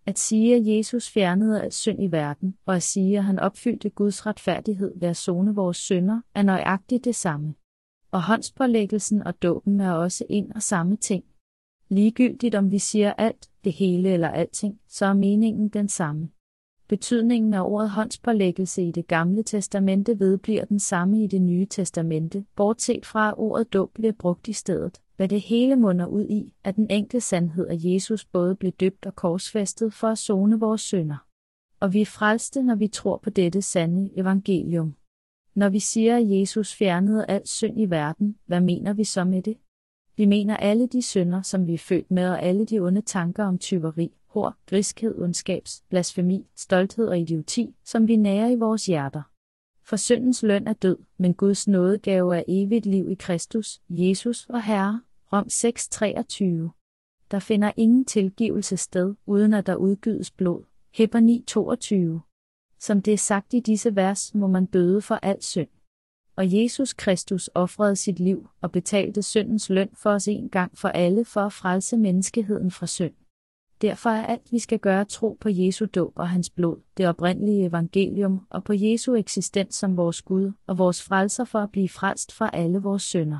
At sige, at Jesus fjernede al synd i verden, og at sige, at han opfyldte Guds retfærdighed ved at sone vores synder, er nøjagtigt det samme. Og håndspålæggelsen og dåben er også en og samme ting. Ligegyldigt om vi siger alt, det hele eller alting, så er meningen den samme. Betydningen af ordet håndspålæggelse i Det Gamle Testamente vedbliver den samme i Det Nye Testamente, bortset fra at ordet dåb bliver brugt i stedet. Hvad det hele munder ud i, er den enkle sandhed, at Jesus både blev døbt og korsfæstet for at sone vores synder. Og vi er frelste, når vi tror på dette sande evangelium. Når vi siger, at Jesus fjernede al synd i verden, hvad mener vi så med det? Vi mener alle de synder, som vi er født med, og alle de onde tanker om tyveri, hor, griskhed, ondskabs, blasfemi, stolthed og idioti, som vi nærer i vores hjerter. For syndens løn er død, men Guds nådegave er evigt liv i Kristus, Jesus og Herre. Rom 6:23. Der finder ingen tilgivelse sted, uden at der udgydes blod. Hebræer 9:22. Som det er sagt i disse vers, må man bøde for al synd. Og Jesus Kristus ofrede sit liv og betalte syndens løn for os en gang for alle for at frelse menneskeheden fra synd. Derfor er alt, vi skal gøre, tro på Jesu dåb og hans blod, det oprindelige evangelium, og på Jesu eksistens som vores Gud og vores frelser for at blive frelst fra alle vores synder.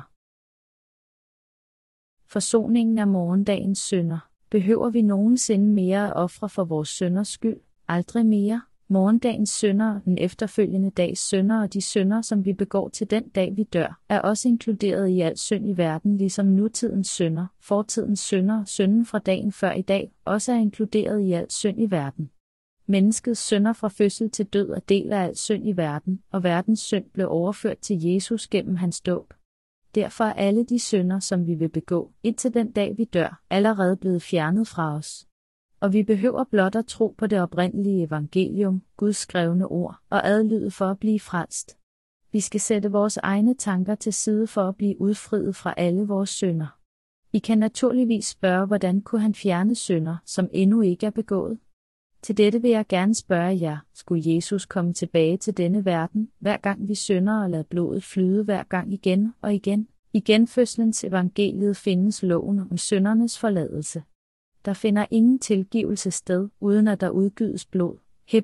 Forsoningen af morgendagens synder. Behøver vi nogensinde mere at ofre for vores synders skyld? Aldrig mere. Morgendagens synder, den efterfølgende dags synder og de synder, som vi begår til den dag vi dør, er også inkluderet i al synd i verden, ligesom nutidens synder, fortidens synder og synden fra dagen før i dag, også er inkluderet i al synd i verden. Menneskets synder fra fødsel til død er del af al synd i verden, og verdens synd blev overført til Jesus gennem hans dåb. Derfor er alle de synder, som vi vil begå, indtil den dag vi dør, allerede blevet fjernet fra os. Og vi behøver blot at tro på det oprindelige evangelium, Guds skrevne ord, og adlyde for at blive frelst. Vi skal sætte vores egne tanker til side for at blive udfriet fra alle vores synder. I kan naturligvis spørge, hvordan kunne han fjerne synder, som endnu ikke er begået? Til dette vil jeg gerne spørge jer, skulle Jesus komme tilbage til denne verden, hver gang vi synder og lade blodet flyde hver gang igen og igen? I genfødselens evangeliet findes loven om syndernes forladelse. Der finder ingen tilgivelse sted, uden at der udgydes blod.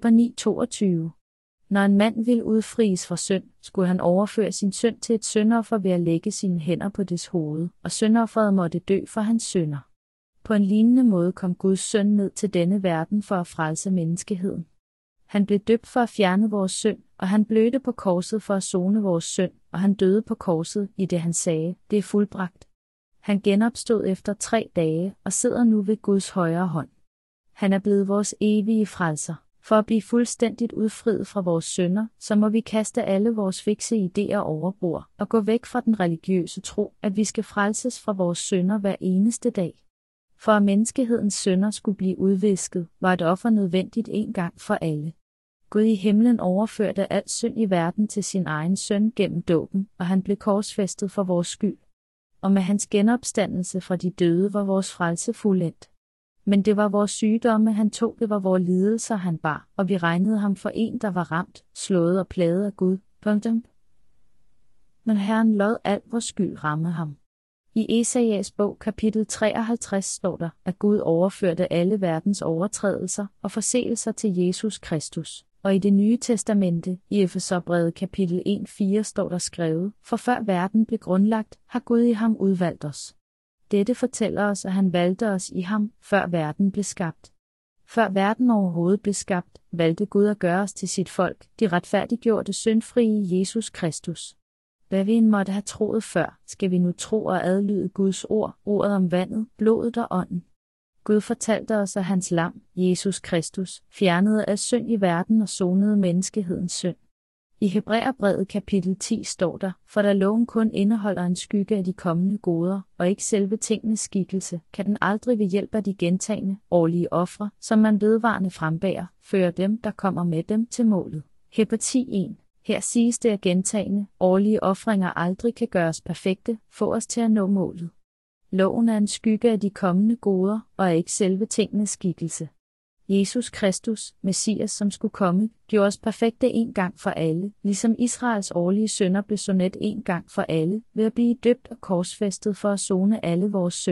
Hebræer 9:22. Når en mand vil udfries fra synd, skulle han overføre sin synd til et syndoffer ved at lægge sine hænder på dets hoved, og syndofferet måtte dø for hans synder. På en lignende måde kom Guds søn ned til denne verden for at frelse menneskeheden. Han blev døbt for at fjerne vores synd, og han blødte på korset for at sone vores synd, og han døde på korset, i det han sagde, det er fuldbragt. Han genopstod efter 3 dage og sidder nu ved Guds højre hånd. Han er blevet vores evige frelser. For at blive fuldstændigt udfriet fra vores synder, så må vi kaste alle vores fikse idéer over bord og gå væk fra den religiøse tro, at vi skal frelses fra vores synder hver eneste dag. For at menneskehedens synder skulle blive udvisket, var et offer nødvendigt en gang for alle. Gud i himlen overførte al synd i verden til sin egen søn gennem dåben, og han blev korsfæstet for vores skyld. Og med hans genopstandelse fra de døde var vores frelse fuldendt. Men det var vores sygdomme han tog, det var vores lidelser han bar, og vi regnede ham for en, der var ramt, slået og plaget af Gud. Men Herren lod al vores skyld ramme ham. I Esajas bog kapitel 53 står der, at Gud overførte alle verdens overtrædelser og forseelser til Jesus Kristus. Og i Det Nye Testamente, i Efeserbrevet kapitel 1:4 står der skrevet, for før verden blev grundlagt, har Gud i ham udvalgt os. Dette fortæller os, at han valgte os i ham, før verden blev skabt. Før verden overhovedet blev skabt, valgte Gud at gøre os til sit folk, de retfærdiggjorte syndfrie Jesus Kristus. Hvad vi end måtte have troet før, skal vi nu tro og adlyde Guds ord, ordet om vandet, blodet og ånden. Gud fortalte os, at hans lam, Jesus Kristus, fjernede al synd i verden og sonede menneskehedens synd. I Hebræerbrevet kapitel 10 står der, for da loven kun indeholder en skygge af de kommende goder, og ikke selve tingenes skikkelse, kan den aldrig ved hjælp af de gentagne, årlige ofre, som man vedvarende frembærer, føre dem, der kommer med dem, til målet. Hebræer 10:1. Her siges det, at gentagne, årlige ofringer aldrig kan gøres perfekte, få os til at nå målet. Loven er en skygge af de kommende goder, og er ikke selve tingenes skikkelse. Jesus Kristus, Messias, som skulle komme, gjorde os perfekte en gang for alle, ligesom Israels årlige synder blev sonet en gang for alle, ved at blive døbt og korsfæstet for at sone alle vores synder.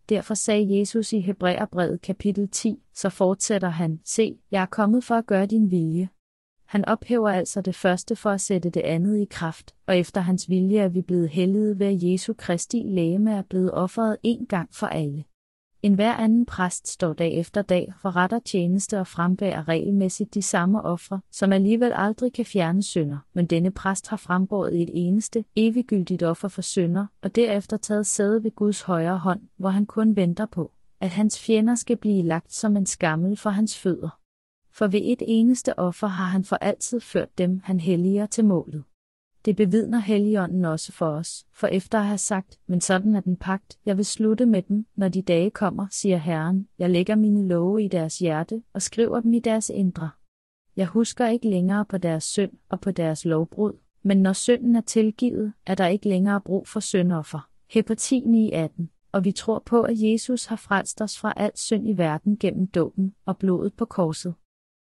Derfor sagde Jesus i Hebræerbrevet kapitel 10, så fortsætter han, se, jeg er kommet for at gøre din vilje. Han ophæver altså det første for at sætte det andet i kraft, og efter hans vilje er vi blevet helliget ved at Jesu Kristi legeme er blevet offeret en gang for alle. En hver anden præst står dag efter dag for retter tjeneste og frembærer regelmæssigt de samme ofre, som alligevel aldrig kan fjerne synder, men denne præst har frembåret et eneste, eviggyldigt offer for synder, og derefter taget sæde ved Guds højre hånd, hvor han kun venter på, at hans fjender skal blive lagt som en skammel for hans fødder. For ved et eneste offer har han for altid ført dem, han helliger til målet. Det bevidner Helligånden også for os, for efter at have sagt, men sådan er den pagt, jeg vil slutte med dem, når de dage kommer, siger Herren, jeg lægger mine love i deres hjerte, og skriver dem i deres indre. Jeg husker ikke længere på deres synd og på deres lovbrud, men når synden er tilgivet, er der ikke længere brug for syndoffer. Hebræer 10:9-18. Og vi tror på, at Jesus har frelst os fra al synd i verden gennem dåben og blodet på korset.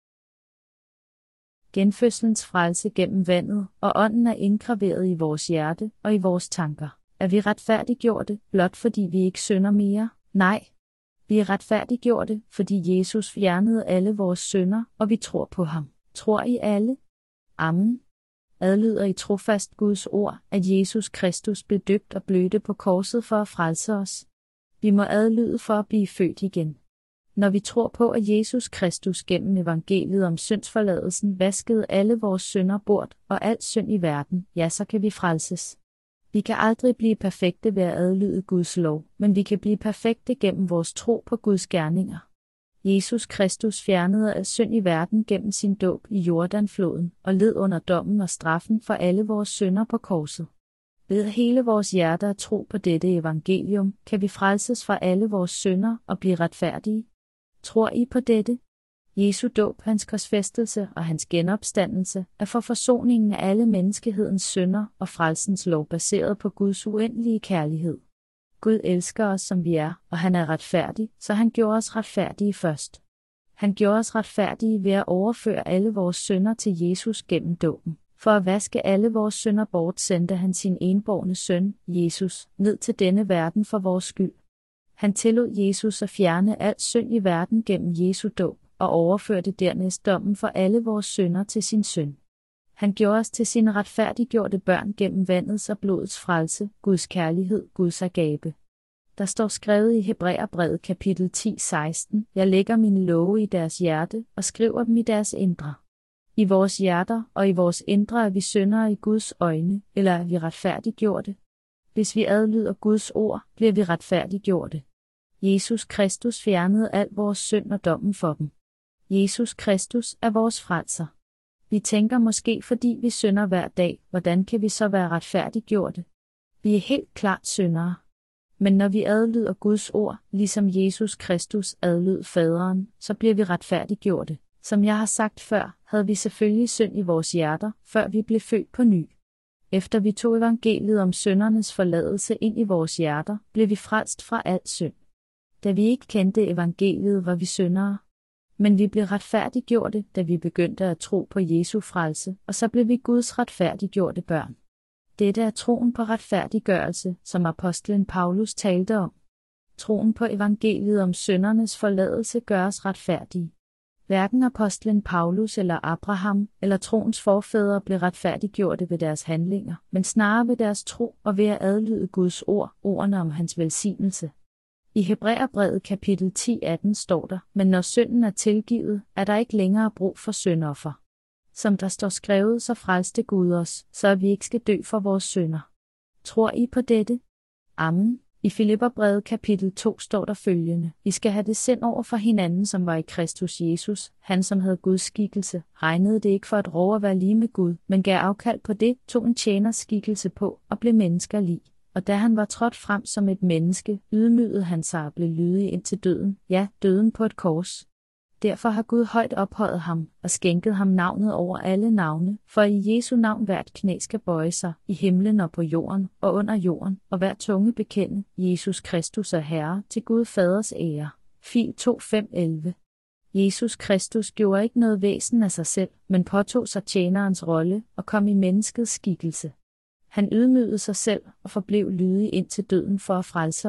Genfødselens frelse gennem vandet og ånden er indgraveret i vores hjerte og i vores tanker. Er vi retfærdiggjorte, blot fordi vi ikke synder mere? Nej. Vi er retfærdiggjorte, fordi Jesus fjernede alle vores synder, og vi tror på ham. Tror I alle? Amen. Adlyder I trofast Guds ord, at Jesus Kristus blev døbt og blødte på korset for at frelse os? Vi må adlyde for at blive født igen. Når vi tror på, at Jesus Kristus gennem evangeliet om syndsforladelsen vaskede alle vores synder bort og al synd i verden, ja, så kan vi frelses. Vi kan aldrig blive perfekte ved at adlyde Guds lov, men vi kan blive perfekte gennem vores tro på Guds gerninger. Jesus Kristus fjernede al synd i verden gennem sin dåb i Jordanfloden og led under dommen og straffen for alle vores synder på korset. Ved hele vores hjerte at tro på dette evangelium, kan vi frelses fra alle vores synder og blive retfærdige. Tror I på dette? Jesu dåb, hans korsfæstelse og hans genopstandelse er for forsoningen af alle menneskehedens synder og frelsens lov baseret på Guds uendelige kærlighed. Gud elsker os som vi er, og han er retfærdig, så han gjorde os retfærdige først. Han gjorde os retfærdige ved at overføre alle vores synder til Jesus gennem dåben. For at vaske alle vores synder bort sendte han sin enbårne søn, Jesus, ned til denne verden for vores skyld. Han tillod Jesus at fjerne al synd i verden gennem Jesu dåb, og overførte dernæst dommen for alle vores synder til sin søn. Han gjorde os til sine retfærdiggjorte børn gennem vandets og blodets frelse, Guds kærlighed, Guds agape. Der står skrevet i Hebræerbrevet kapitel 10:16, jeg lægger mine love i deres hjerte og skriver dem i deres indre. I vores hjerter og i vores indre er vi syndere i Guds øjne, eller er vi retfærdiggjorte? Hvis vi adlyder Guds ord, bliver vi retfærdiggjorte. Jesus Kristus fjernede al vores synd og dommen for dem. Jesus Kristus er vores frelser. Vi tænker måske, fordi vi synder hver dag, hvordan kan vi så være retfærdiggjorte? Vi er helt klart syndere. Men når vi adlyder Guds ord, ligesom Jesus Kristus adlød faderen, så bliver vi retfærdiggjorte. Som jeg har sagt før, havde vi selvfølgelig synd i vores hjerter, før vi blev født på ny. Efter vi tog evangeliet om syndernes forladelse ind i vores hjerter, blev vi frelst fra al synd. Da vi ikke kendte evangeliet, var vi syndere. Men vi blev retfærdiggjorte, da vi begyndte at tro på Jesu frelse, og så blev vi Guds retfærdiggjorte børn. Dette er troen på retfærdiggørelse, som apostlen Paulus talte om. Troen på evangeliet om syndernes forladelse gør os retfærdige. Hverken apostlen Paulus eller Abraham eller troens forfædre blev retfærdiggjorte ved deres handlinger, men snarere ved deres tro og ved at adlyde Guds ord, ordene om hans velsignelse. I Hebræerbrevet kapitel 10:18 står der, men når synden er tilgivet, er der ikke længere brug for syndoffer. Som der står skrevet, så frelste Gud os, så vi ikke skal dø for vores synder. Tror I på dette? Amen. I Filipperbrevet kapitel 2 står der følgende, I skal have det sind over for hinanden, som var i Kristus Jesus, han som havde Guds skikkelse, regnede det ikke for at rove at være lige med Gud, men gav afkald på det, tog en tjeners skikkelse på og blev menneskerlig. Og da han var trådt frem som et menneske, ydmygede han sig og blev lydig indtil døden, ja, døden på et kors. Derfor har Gud højt ophøjet ham og skænket ham navnet over alle navne, for i Jesu navn hvert knæ skal bøje sig, i himlen og på jorden og under jorden, og hver tunge bekende, Jesus Kristus er Herre, til Gud Faders ære. Fil 2:5-11. Jesus Kristus gjorde ikke noget væsen af sig selv, men påtog sig tjenerens rolle og kom i menneskets skikkelse. Han ydmygede sig selv og forblev lydig indtil døden for at frelse os.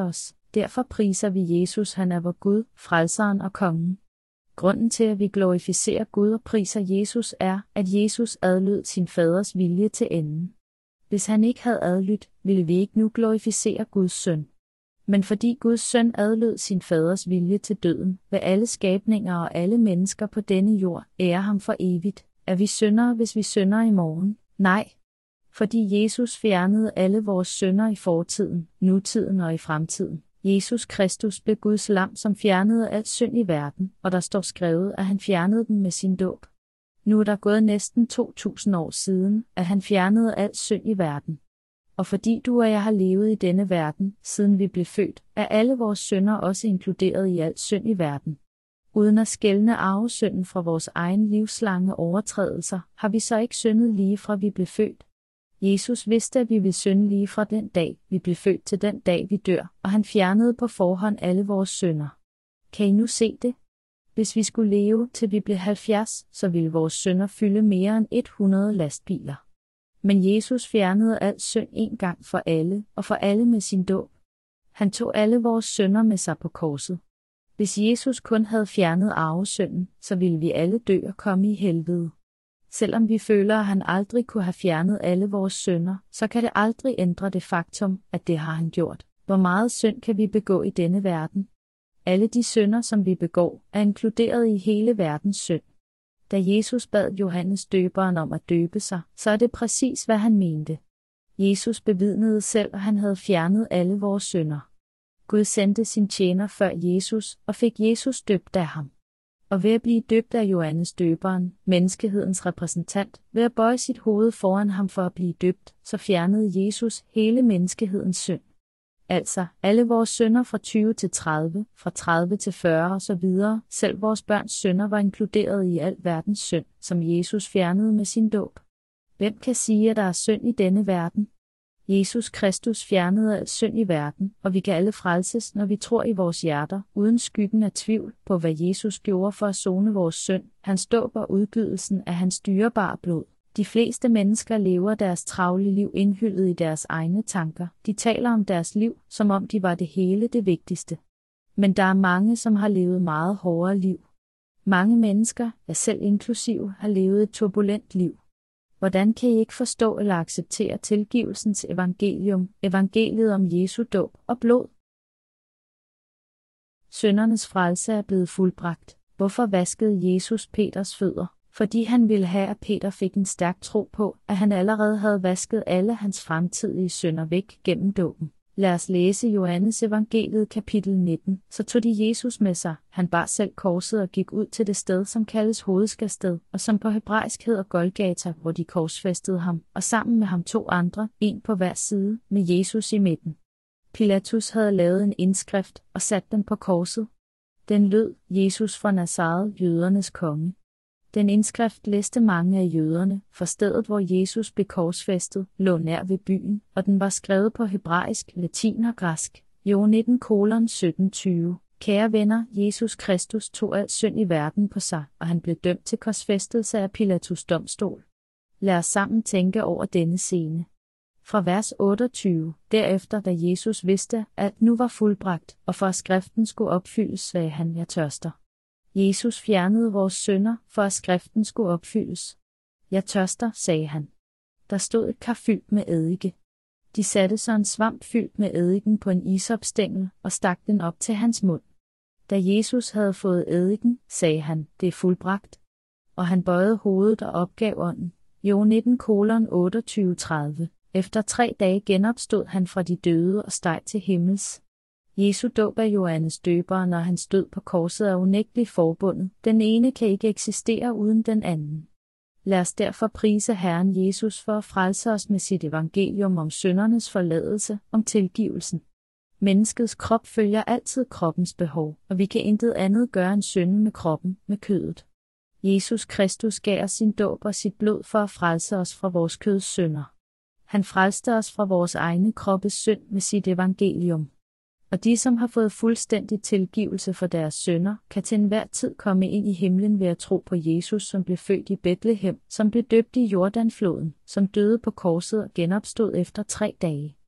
Derfor priser vi Jesus, han er vor Gud, frelseren og kongen. Grunden til, at vi glorificerer Gud og priser Jesus er, at Jesus adlød sin faders vilje til enden. Hvis han ikke havde adlydt, ville vi ikke nu glorificere Guds søn. Men fordi Guds søn adlød sin faders vilje til døden, vil alle skabninger og alle mennesker på denne jord ære ham for evigt. Er vi syndere, hvis vi synder i morgen? Nej. Fordi Jesus fjernede alle vores synder i fortiden, nutiden og i fremtiden. Jesus Kristus blev Guds lam, som fjernede al synd i verden, og der står skrevet, at han fjernede dem med sin dåb. Nu er der gået næsten 2000 år siden, at han fjernede al synd i verden. Og fordi du og jeg har levet i denne verden, siden vi blev født, er alle vores synder også inkluderet i al synd i verden. Uden at skelne arvesynden fra vores egen livslange overtrædelser, har vi så ikke syndet lige fra vi blev født. Jesus vidste, at vi ville synde lige fra den dag, vi blev født til den dag, vi dør, og han fjernede på forhånd alle vores synder. Kan I nu se det? Hvis vi skulle leve, til vi blev 70, så ville vores synder fylde mere end 100 lastbiler. Men Jesus fjernede al synd en gang for alle, og for alle med sin dåb. Han tog alle vores synder med sig på korset. Hvis Jesus kun havde fjernet arvesynden, så ville vi alle dø og komme i helvede. Selvom vi føler, at han aldrig kunne have fjernet alle vores synder, så kan det aldrig ændre det faktum, at det har han gjort. Hvor meget synd kan vi begå i denne verden? Alle de synder, som vi begår, er inkluderet i hele verdens synd. Da Jesus bad Johannes døberen om at døbe sig, så er det præcis, hvad han mente. Jesus bevidnede selv, at han havde fjernet alle vores synder. Gud sendte sin tjener før Jesus, og fik Jesus døbt af ham. Og ved at blive døbt af Johannes døberen, menneskehedens repræsentant, ved at bøje sit hoved foran ham for at blive døbt, så fjernede Jesus hele menneskehedens synd. Altså, alle vores synder fra 20 til 30, fra 30 til 40 og så videre, selv vores børns synder var inkluderet i al verdens synd, som Jesus fjernede med sin dåb. Hvem kan sige, at der er synd i denne verden? Jesus Kristus fjernede al synd i verden, og vi kan alle frelses, når vi tror i vores hjerter, uden skyggen af tvivl på, hvad Jesus gjorde for at sone vores synd, hans dåb og udgydelsen af hans dyrebare blod. De fleste mennesker lever deres travle liv indhyllet i deres egne tanker. De taler om deres liv, som om de var det hele, det vigtigste. Men der er mange, som har levet meget hårdere liv. Mange mennesker, jeg selv inklusiv, har levet et turbulent liv. Hvordan kan I ikke forstå eller acceptere tilgivelsens evangelium, evangeliet om Jesu dåb og blod? Syndernes frelse er blevet fuldbragt. Hvorfor vaskede Jesus Peters fødder? Fordi han ville have, at Peter fik en stærk tro på, at han allerede havde vasket alle hans fremtidige synder væk gennem dåben. Lad os læse Johannes evangeliet kapitel 19. Så tog de Jesus med sig, han bar selv korset og gik ud til det sted, som kaldes hovedskasted, og som på hebraisk hedder Golgata, hvor de korsfæstede ham, og sammen med ham 2 andre, en på hver side, med Jesus i midten. Pilatus havde lavet en indskrift og sat den på korset. Den lød, Jesus fra Nazaret, jødernes konge. Den indskrift læste mange af jøderne, for stedet hvor Jesus blev korsfæstet, lå nær ved byen, og den var skrevet på hebraisk, latin og græsk. Jo 19:17-20. Kære venner, Jesus Kristus tog al synd i verden på sig, og han blev dømt til korsfæstelse af Pilatus domstol. Lad os sammen tænke over denne scene. Fra vers 28, derefter da Jesus vidste, at nu var fuldbragt, og for at skriften skulle opfyldes, sagde han, jeg tørster. Jesus fjernede vores synder, for at skriften skulle opfyldes. Jeg tørster, sagde han. Der stod et kar fyldt med eddike. De satte så en svamp fyldt med eddiken på en isopstængel og stak den op til hans mund. Da Jesus havde fået eddiken, sagde han, det er fuldbragt. Og han bøjede hovedet og opgav ånden. Jo 19:28-30. Efter 3 dage genopstod han fra de døde og steg til himmels. Jesu dåb af Johannes døberen og hans død på korset er unægteligt forbundet. Den ene kan ikke eksistere uden den anden. Lad os derfor prise Herren Jesus for at frelse os med sit evangelium om syndernes forladelse, om tilgivelsen. Menneskets krop følger altid kroppens behov, og vi kan intet andet gøre end synde med kroppen, med kødet. Jesus Kristus gav os sin dåb og sit blod for at frelse os fra vores køds synder. Han frelste os fra vores egne kroppes synd med sit evangelium. Og de, som har fået fuldstændig tilgivelse for deres synder, kan til enhver tid komme ind i himlen ved at tro på Jesus, som blev født i Betlehem, som blev døbt i Jordanfloden, som døde på korset og genopstod efter 3 dage.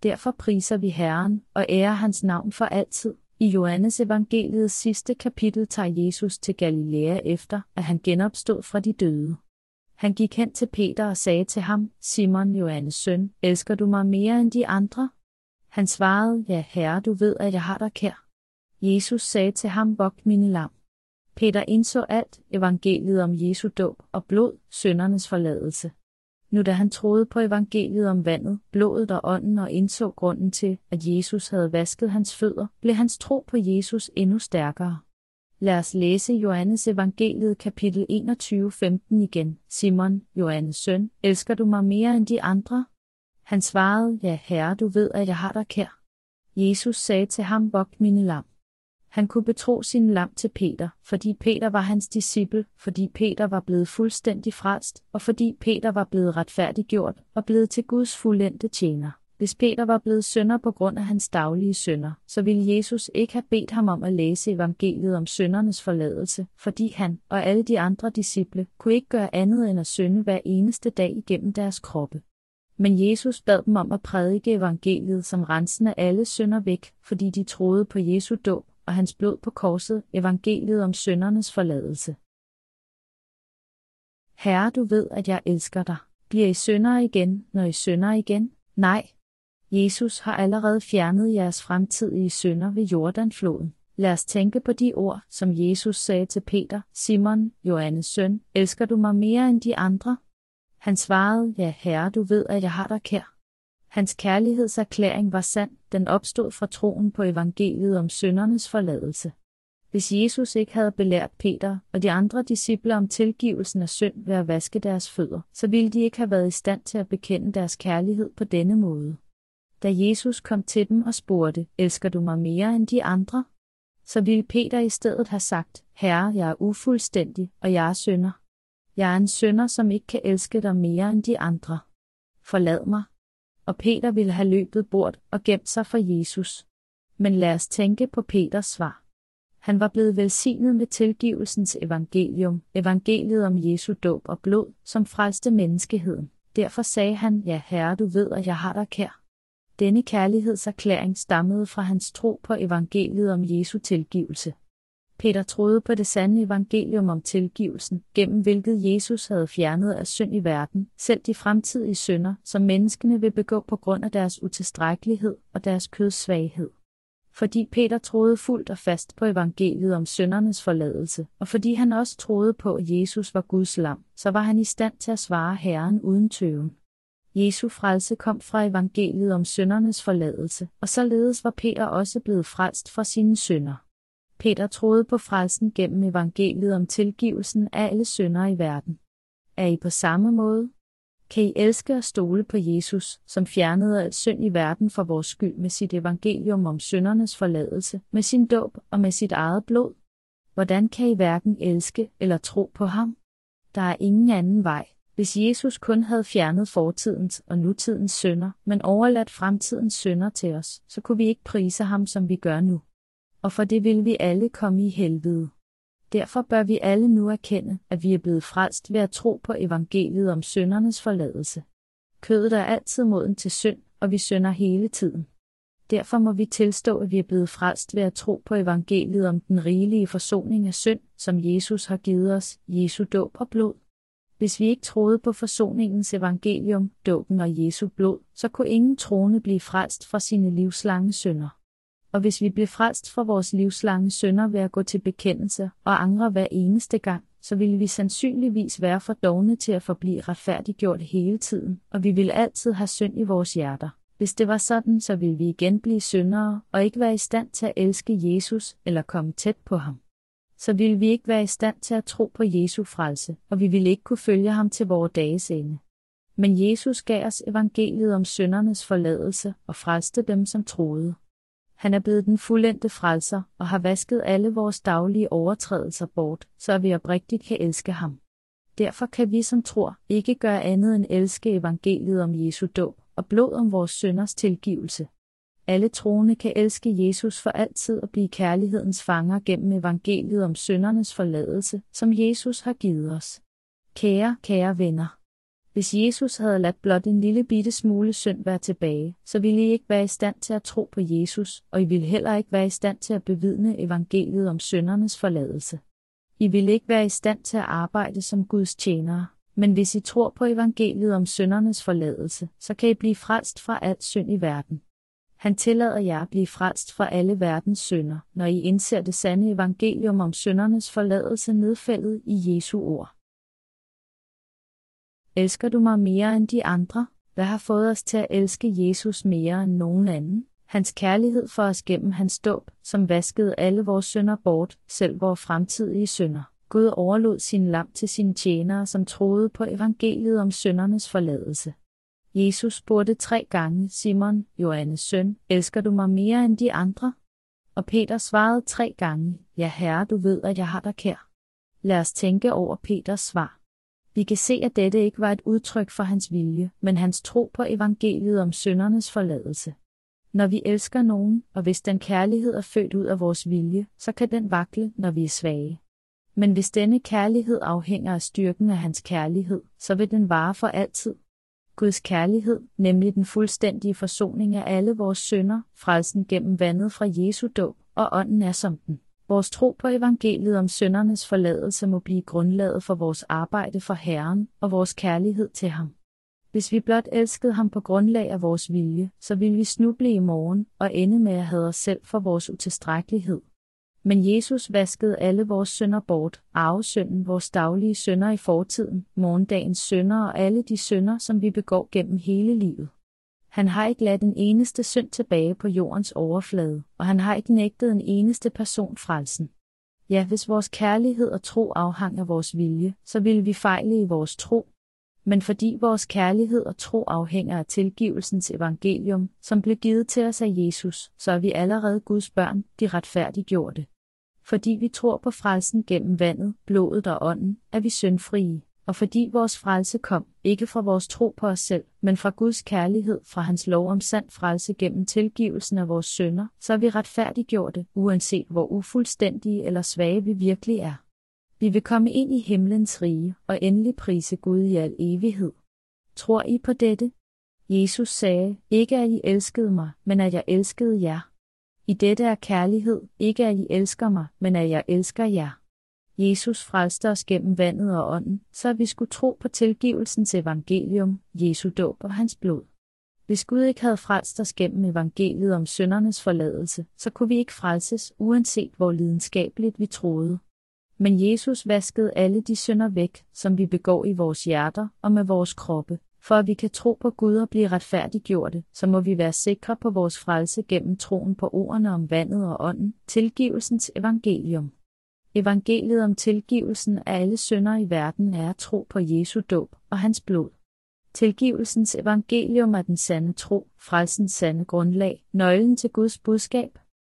Derfor priser vi Herren og ærer hans navn for altid. I Johannes evangeliets sidste kapitel tager Jesus til Galilea efter, at han genopstod fra de døde. Han gik hen til Peter og sagde til ham, Simon, Johannes søn, elsker du mig mere end de andre? Han svarede, ja Herre, du ved, at jeg har dig kær. Jesus sagde til ham, vogt mine lam. Peter indså alt, evangeliet om Jesu dåb og blod, syndernes forladelse. Nu da han troede på evangeliet om vandet, blodet og ånden og indså grunden til, at Jesus havde vasket hans fødder, blev hans tro på Jesus endnu stærkere. Lad os læse Johannes evangeliet kapitel 21:15 igen. Simon, Johannes søn, elsker du mig mere end de andre? Han svarede, ja Herre, du ved, at jeg har dig kær. Jesus sagde til ham, vogt mine lam. Han kunne betro sine lam til Peter, fordi Peter var hans disciple, fordi Peter var blevet fuldstændig frelst, og fordi Peter var blevet retfærdiggjort og blevet til Guds fuldendte tjener. Hvis Peter var blevet synder på grund af hans daglige synder, så ville Jesus ikke have bedt ham om at læse evangeliet om syndernes forladelse, fordi han og alle de andre disciple kunne ikke gøre andet end at synde hver eneste dag igennem deres kroppe. Men Jesus bad dem om at prædike evangeliet som rensende alle synder væk, fordi de troede på Jesu dåb og hans blod på korset, evangeliet om syndernes forladelse. Herre, du ved, at jeg elsker dig. Bliver I syndere igen, når I synder igen? Nej. Jesus har allerede fjernet jeres fremtidige synder ved Jordanfloden. Lad os tænke på de ord, som Jesus sagde til Peter, Simon, Johannes søn, elsker du mig mere end de andre? Han svarede, ja Herre, du ved, at jeg har dig kær. Hans kærlighedserklæring var sand, den opstod fra troen på evangeliet om syndernes forladelse. Hvis Jesus ikke havde belært Peter og de andre disciple om tilgivelsen af synd ved at vaske deres fødder, så ville de ikke have været i stand til at bekende deres kærlighed på denne måde. Da Jesus kom til dem og spurgte, elsker du mig mere end de andre? Så ville Peter i stedet have sagt, Herre, jeg er ufuldstændig, og jeg er synder. Jeg er en synder, som ikke kan elske dig mere end de andre. Forlad mig. Og Peter ville have løbet bort og gemt sig for Jesus. Men lad os tænke på Peters svar. Han var blevet velsignet med tilgivelsens evangelium, evangeliet om Jesu dåb og blod, som frelste menneskeheden. Derfor sagde han, ja Herre, du ved, at jeg har dig kær. Denne kærlighedserklæring stammede fra hans tro på evangeliet om Jesu tilgivelse. Peter troede på det sande evangelium om tilgivelsen, gennem hvilket Jesus havde fjernet af synd i verden, selv de fremtidige synder, som menneskene vil begå på grund af deres utilstrækkelighed og deres kødssvaghed. Fordi Peter troede fuldt og fast på evangeliet om syndernes forladelse, og fordi han også troede på, at Jesus var Guds lam, så var han i stand til at svare Herren uden tøven. Jesu frelse kom fra evangeliet om syndernes forladelse, og således var Peter også blevet frelst fra sine synder. Peter troede på frelsen gennem evangeliet om tilgivelsen af alle synder i verden. Er I på samme måde? Kan I elske og stole på Jesus, som fjernede al synd i verden for vores skyld med sit evangelium om syndernes forladelse, med sin dåb og med sit eget blod? Hvordan kan I hverken elske eller tro på ham? Der er ingen anden vej. Hvis Jesus kun havde fjernet fortidens og nutidens synder, men overladt fremtidens synder til os, så kunne vi ikke prise ham, som vi gør nu. Og for det vil vi alle komme i helvede. Derfor bør vi alle nu erkende, at vi er blevet frelst ved at tro på evangeliet om syndernes forladelse. Kødet er altid moden til synd, og vi synder hele tiden. Derfor må vi tilstå, at vi er blevet frelst ved at tro på evangeliet om den rigelige forsoning af synd, som Jesus har givet os, Jesu dåb og blod. Hvis vi ikke troede på forsoningens evangelium, dåben og Jesu blod, så kunne ingen troende blive frelst fra sine livslange synder. Og hvis vi blev frelst fra vores livslange synder ved at gå til bekendelse og angre hver eneste gang, så ville vi sandsynligvis være for dovne til at forblive retfærdiggjort hele tiden, og vi ville altid have synd i vores hjerter. Hvis det var sådan, så ville vi igen blive syndere og ikke være i stand til at elske Jesus eller komme tæt på ham. Så ville vi ikke være i stand til at tro på Jesu frelse, og vi ville ikke kunne følge ham til vores dages ende. Men Jesus gav os evangeliet om syndernes forladelse og frelste dem, som troede. Han er blevet den fuldendte frelser og har vasket alle vores daglige overtrædelser bort, så vi oprigtigt kan elske ham. Derfor kan vi, som tror, ikke gøre andet end elske evangeliet om Jesu dåb og blod om vores synders tilgivelse. Alle troende kan elske Jesus for altid og blive kærlighedens fanger gennem evangeliet om syndernes forladelse, som Jesus har givet os. Kære venner. Hvis Jesus havde ladt blot en lille bitte smule synd være tilbage, så ville I ikke være i stand til at tro på Jesus, og I ville heller ikke være i stand til at bevidne evangeliet om syndernes forladelse. I ville ikke være i stand til at arbejde som Guds tjenere, men hvis I tror på evangeliet om syndernes forladelse, så kan I blive frelst fra al synd i verden. Han tillader jer at blive frelst fra alle verdens synder, når I indser det sande evangelium om syndernes forladelse nedfældet i Jesu ord. Elsker du mig mere end de andre? Hvad har fået os til at elske Jesus mere end nogen anden? Hans kærlighed for os gennem hans dåb, som vaskede alle vores synder bort, selv vores fremtidige synder. Gud overlod sin lam til sine tjenere, som troede på evangeliet om syndernes forladelse. Jesus spurgte 3 gange Simon, Johannes søn, elsker du mig mere end de andre? Og Peter svarede 3 gange, ja Herre, du ved, at jeg har dig kær. Lad os tænke over Peters svar. Vi kan se, at dette ikke var et udtryk for hans vilje, men hans tro på evangeliet om syndernes forladelse. Når vi elsker nogen, og hvis den kærlighed er født ud af vores vilje, så kan den vakle, når vi er svage. Men hvis denne kærlighed afhænger af styrken af hans kærlighed, så vil den vare for altid. Guds kærlighed, nemlig den fuldstændige forsoning af alle vores synder, frelsen gennem vandet fra Jesu dåb, og ånden er som den. Vores tro på evangeliet om syndernes forladelse må blive grundlaget for vores arbejde for Herren og vores kærlighed til ham. Hvis vi blot elskede ham på grundlag af vores vilje, så ville vi snuble i morgen og ende med at hade os selv for vores utilstrækkelighed. Men Jesus vaskede alle vores synder bort, arvesynden, vores daglige synder i fortiden, morgendagens synder og alle de synder, som vi begår gennem hele livet. Han har ikke ladt en eneste synd tilbage på jordens overflade, og han har ikke nægtet en eneste person frelsen. Ja, hvis vores kærlighed og tro afhang af vores vilje, så ville vi fejle i vores tro. Men fordi vores kærlighed og tro afhænger af tilgivelsens evangelium, som blev givet til os af Jesus, så er vi allerede Guds børn, de retfærdiggjorte. Fordi vi tror på frelsen gennem vandet, blodet og ånden, er vi syndfrie. Og fordi vores frelse kom, ikke fra vores tro på os selv, men fra Guds kærlighed, fra hans lov om sand frelse gennem tilgivelsen af vores synder, så er vi retfærdiggjorte, uanset hvor ufuldstændige eller svage vi virkelig er. Vi vil komme ind i himlens rige og endelig prise Gud i al evighed. Tror I på dette? Jesus sagde, ikke at I elskede mig, men at jeg elskede jer. I dette er kærlighed, ikke at I elsker mig, men at jeg elsker jer. Jesus frelste os gennem vandet og ånden, så vi skulle tro på tilgivelsens evangelium, Jesu dåb og hans blod. Hvis Gud ikke havde frelst os gennem evangeliet om syndernes forladelse, så kunne vi ikke frelses, uanset hvor lidenskabeligt vi troede. Men Jesus vaskede alle de synder væk, som vi begår i vores hjerter og med vores kroppe. For at vi kan tro på Gud og blive retfærdiggjorte, så må vi være sikre på vores frelse gennem troen på ordene om vandet og ånden, tilgivelsens evangelium. Evangeliet om tilgivelsen af alle synder i verden er at tro på Jesu dåb og hans blod. Tilgivelsens evangelium er den sande tro, frelsens sande grundlag, nøglen til Guds budskab.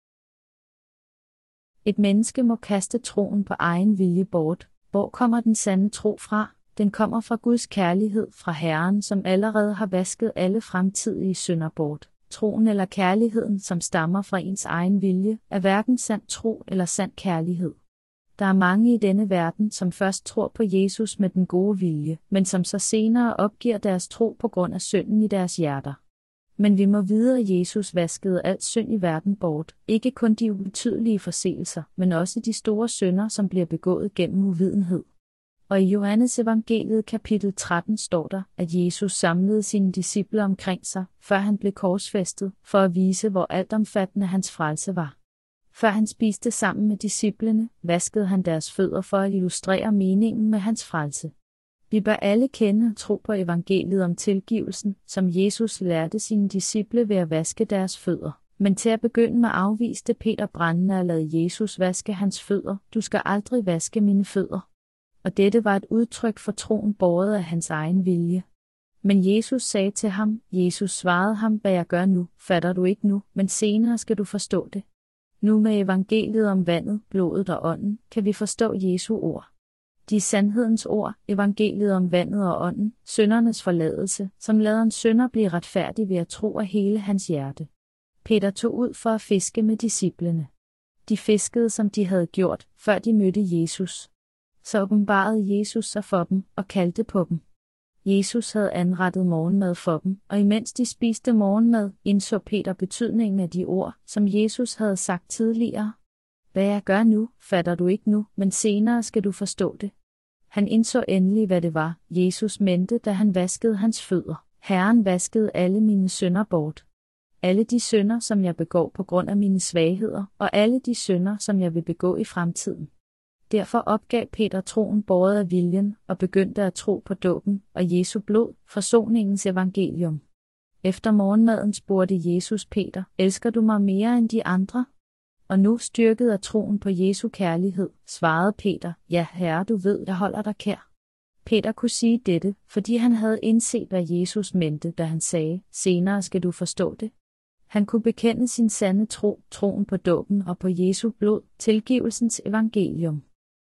Et menneske må kaste troen på egen vilje bort. Hvor kommer den sande tro fra? Den kommer fra Guds kærlighed, fra Herren, som allerede har vasket alle fremtidige synder bort. Troen eller kærligheden, som stammer fra ens egen vilje, er hverken sand tro eller sand kærlighed. Der er mange i denne verden, som først tror på Jesus med den gode vilje, men som så senere opgiver deres tro på grund af synden i deres hjerter. Men vi må vide, at Jesus vaskede alt synd i verden bort, ikke kun de ubetydelige forseelser, men også de store synder, som bliver begået gennem uvidenhed. Og i Johannes evangeliet kapitel 13 står der, at Jesus samlede sine disciple omkring sig, før han blev korsfæstet, for at vise, hvor altomfattende hans frelse var. Før han spiste sammen med disciplene, vaskede han deres fødder for at illustrere meningen med hans frelse. Vi bør alle kende og tro på evangeliet om tilgivelsen, som Jesus lærte sine disciple ved at vaske deres fødder. Men til at begynde med afviste Peter brændende at lade Jesus vaske hans fødder. Du skal aldrig vaske mine fødder. Og dette var et udtryk for troen båret af hans egen vilje. Men Jesus sagde til ham, Jesus svarede ham, hvad jeg gør nu, fatter du ikke nu, men senere skal du forstå det. Nu med evangeliet om vandet, blodet og ånden, kan vi forstå Jesu ord. De sandhedens ord, evangeliet om vandet og ånden, syndernes forladelse, som lader en synder blive retfærdig ved at tro af hele hans hjerte. Peter tog ud for at fiske med disciplene. De fiskede, som de havde gjort, før de mødte Jesus. Så åbenbarede Jesus sig for dem og kaldte på dem. Jesus havde anrettet morgenmad for dem, og imens de spiste morgenmad, indså Peter betydningen af de ord, som Jesus havde sagt tidligere. Hvad jeg gør nu, fatter du ikke nu, men senere skal du forstå det. Han indså endelig, hvad det var, Jesus mente, da han vaskede hans fødder. Herren vaskede alle mine synder bort. Alle de synder, som jeg begår på grund af mine svagheder, og alle de synder, som jeg vil begå i fremtiden. Derfor opgav Peter troen båret af viljen, og begyndte at tro på dåben og Jesu blod, forsoningens evangelium. Efter morgenmaden spurgte Jesus Peter, elsker du mig mere end de andre? Og nu, styrket af troen på Jesu kærlighed, svarede Peter, ja herre, du ved, jeg holder dig kær. Peter kunne sige dette, fordi han havde indset, hvad Jesus mente, da han sagde, senere skal du forstå det. Han kunne bekende sin sande tro, troen på dåben og på Jesu blod, tilgivelsens evangelium.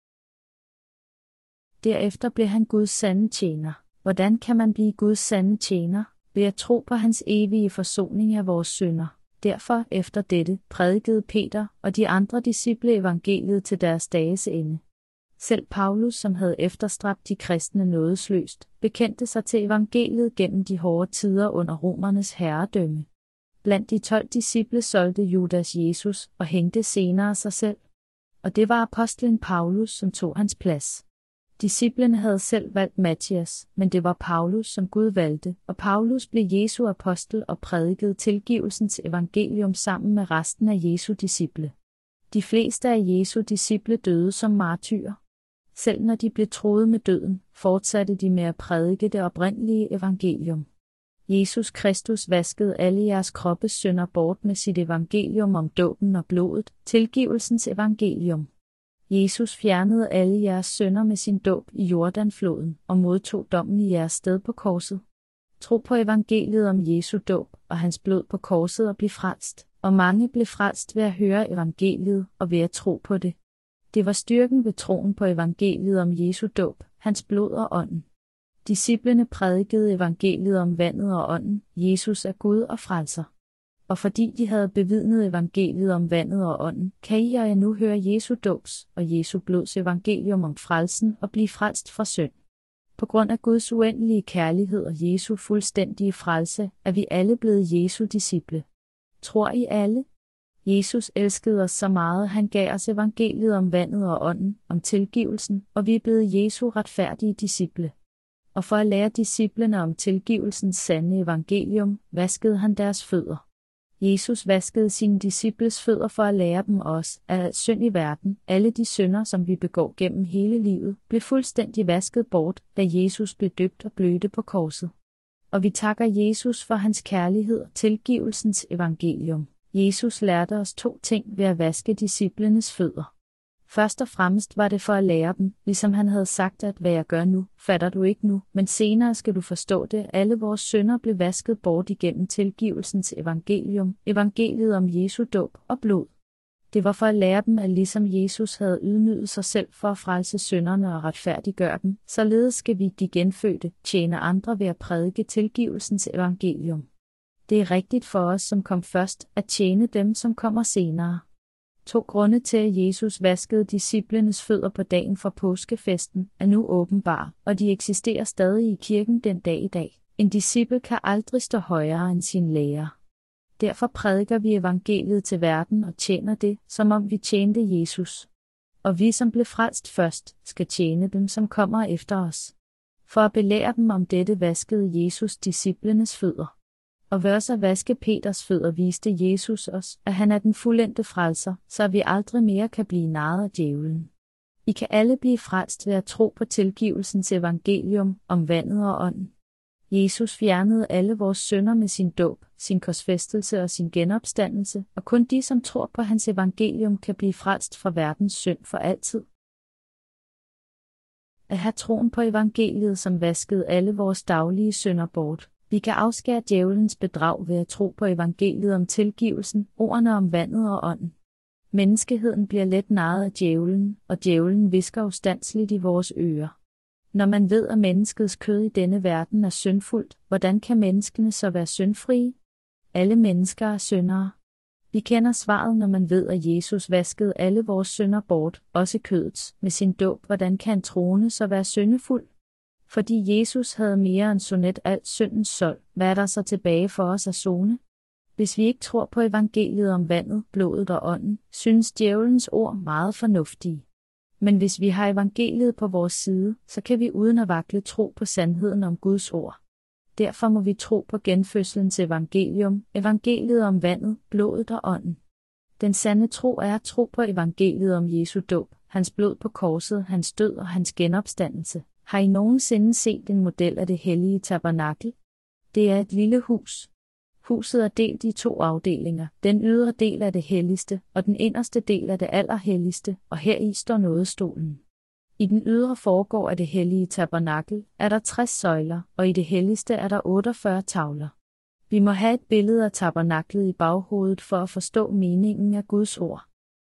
Derefter blev han Guds sande tjener. Hvordan kan man blive Guds sande tjener? Ved at tro på hans evige forsoning af vores synder. Derfor, efter dette, prædikede Peter og de andre disciple evangeliet til deres dages ende. Selv Paulus, som havde efterstræbt de kristne nådesløst, bekendte sig til evangeliet gennem de hårde tider under romernes herredømme. Blandt de 12 disciple solgte Judas Jesus og hængte senere sig selv. Og det var apostlen Paulus, som tog hans plads. Disciplene havde selv valgt Matthias, men det var Paulus, som Gud valgte, og Paulus blev Jesu apostel og prædikede tilgivelsens evangelium sammen med resten af Jesu disciple. De fleste af Jesu disciple døde som martyrer. Selv når de blev truet med døden, fortsatte de med at prædike det oprindelige evangelium. Jesus Kristus vaskede alle jeres kroppes synder bort med sit evangelium om dåben og blodet, tilgivelsens evangelium. Jesus fjernede alle jeres synder med sin dåb i Jordanfloden og modtog dommen i jeres sted på korset. Tro på evangeliet om Jesu dåb og hans blod på korset og bliv frelst, og mange blev frelst ved at høre evangeliet og ved at tro på det. Det var styrken ved troen på evangeliet om Jesu dåb, hans blod og ånden. Disciplene prædikede evangeliet om vandet og ånden, Jesus er Gud og frelser. Og fordi de havde bevidnet evangeliet om vandet og ånden, kan I og jeg nu høre Jesu dåbs og Jesu blods evangelium om frelsen og blive frelst fra synd. På grund af Guds uendelige kærlighed og Jesu fuldstændige frelse, er vi alle blevet Jesu disciple. Tror I alle? Jesus elskede os så meget, han gav os evangeliet om vandet og ånden, om tilgivelsen, og vi er blevet Jesu retfærdige disciple. Og for at lære disciplene om tilgivelsens sande evangelium, vaskede han deres fødder. Jesus vaskede sine disciples fødder for at lære dem også, at al synd i verden, alle de synder, som vi begår gennem hele livet, blev fuldstændig vasket bort, da Jesus blev døbt og blødte på korset. Og vi takker Jesus for hans kærlighed og tilgivelsens evangelium. Jesus lærte os 2 ting ved at vaske disciplenes fødder. Først og fremmest var det for at lære dem, ligesom han havde sagt, at hvad jeg gør nu, fatter du ikke nu, men senere skal du forstå det. Alle vores synder blev vasket bort igennem tilgivelsens evangelium, evangeliet om Jesu dåb og blod. Det var for at lære dem, at ligesom Jesus havde ydmyget sig selv for at frelse synderne og retfærdiggøre dem, således skal vi, de genfødte, tjene andre ved at prædike tilgivelsens evangelium. Det er rigtigt for os, som kom først, at tjene dem, som kommer senere. 2 grunde til, at Jesus vaskede disciplenes fødder på dagen for påskefesten, er nu åbenbare, og de eksisterer stadig i kirken den dag i dag. En disciple kan aldrig stå højere end sin lærer. Derfor prædiker vi evangeliet til verden og tjener det, som om vi tjente Jesus. Og vi, som blev frelst først, skal tjene dem, som kommer efter os. For at belære dem om dette vaskede Jesus disciplenes fødder. Og ved os at vaske Peters fødder viste Jesus os, at han er den fuldendte frelser, så vi aldrig mere kan blive narret af djævlen. I kan alle blive frelst ved at tro på tilgivelsens evangelium om vandet og ånden. Jesus fjernede alle vores synder med sin dåb, sin korsfæstelse og sin genopstandelse, og kun de, som tror på hans evangelium, kan blive frelst fra verdens synd for altid. At have troen på evangeliet, som vaskede alle vores daglige synder bort. Vi kan afskære djævelens bedrag ved at tro på evangeliet om tilgivelsen, ordene om vandet og ånden. Menneskeheden bliver let narret af djævlen, og djævlen hvisker ustandsligt i vores ører. Når man ved, at menneskets kød i denne verden er syndfuldt, hvordan kan menneskene så være syndfrie? Alle mennesker er syndere. Vi kender svaret, når man ved, at Jesus vaskede alle vores synder bort, også kødets, med sin dåb. Hvordan kan en troende så være syndefuld? Fordi Jesus havde mere end sonet alt syndens sold, hvad er der så tilbage for os at sone? Hvis vi ikke tror på evangeliet om vandet, blodet og ånden, synes djævelens ord meget fornuftige. Men hvis vi har evangeliet på vores side, så kan vi uden at vakle tro på sandheden om Guds ord. Derfor må vi tro på genfødselens evangelium, evangeliet om vandet, blodet og ånden. Den sande tro er at tro på evangeliet om Jesu dåb, hans blod på korset, hans død og hans genopstandelse. Har I nogensinde set en model af det hellige tabernakel? Det er et lille hus. Huset er delt i 2 afdelinger. Den ydre del er det helligste, og den inderste del er det allerhelligste, og heri står nådestolen. I den ydre forgård af det hellige tabernakel er der 60 søjler, og i det helligste er der 48 tavler. Vi må have et billede af tabernaklet i baghovedet for at forstå meningen af Guds ord.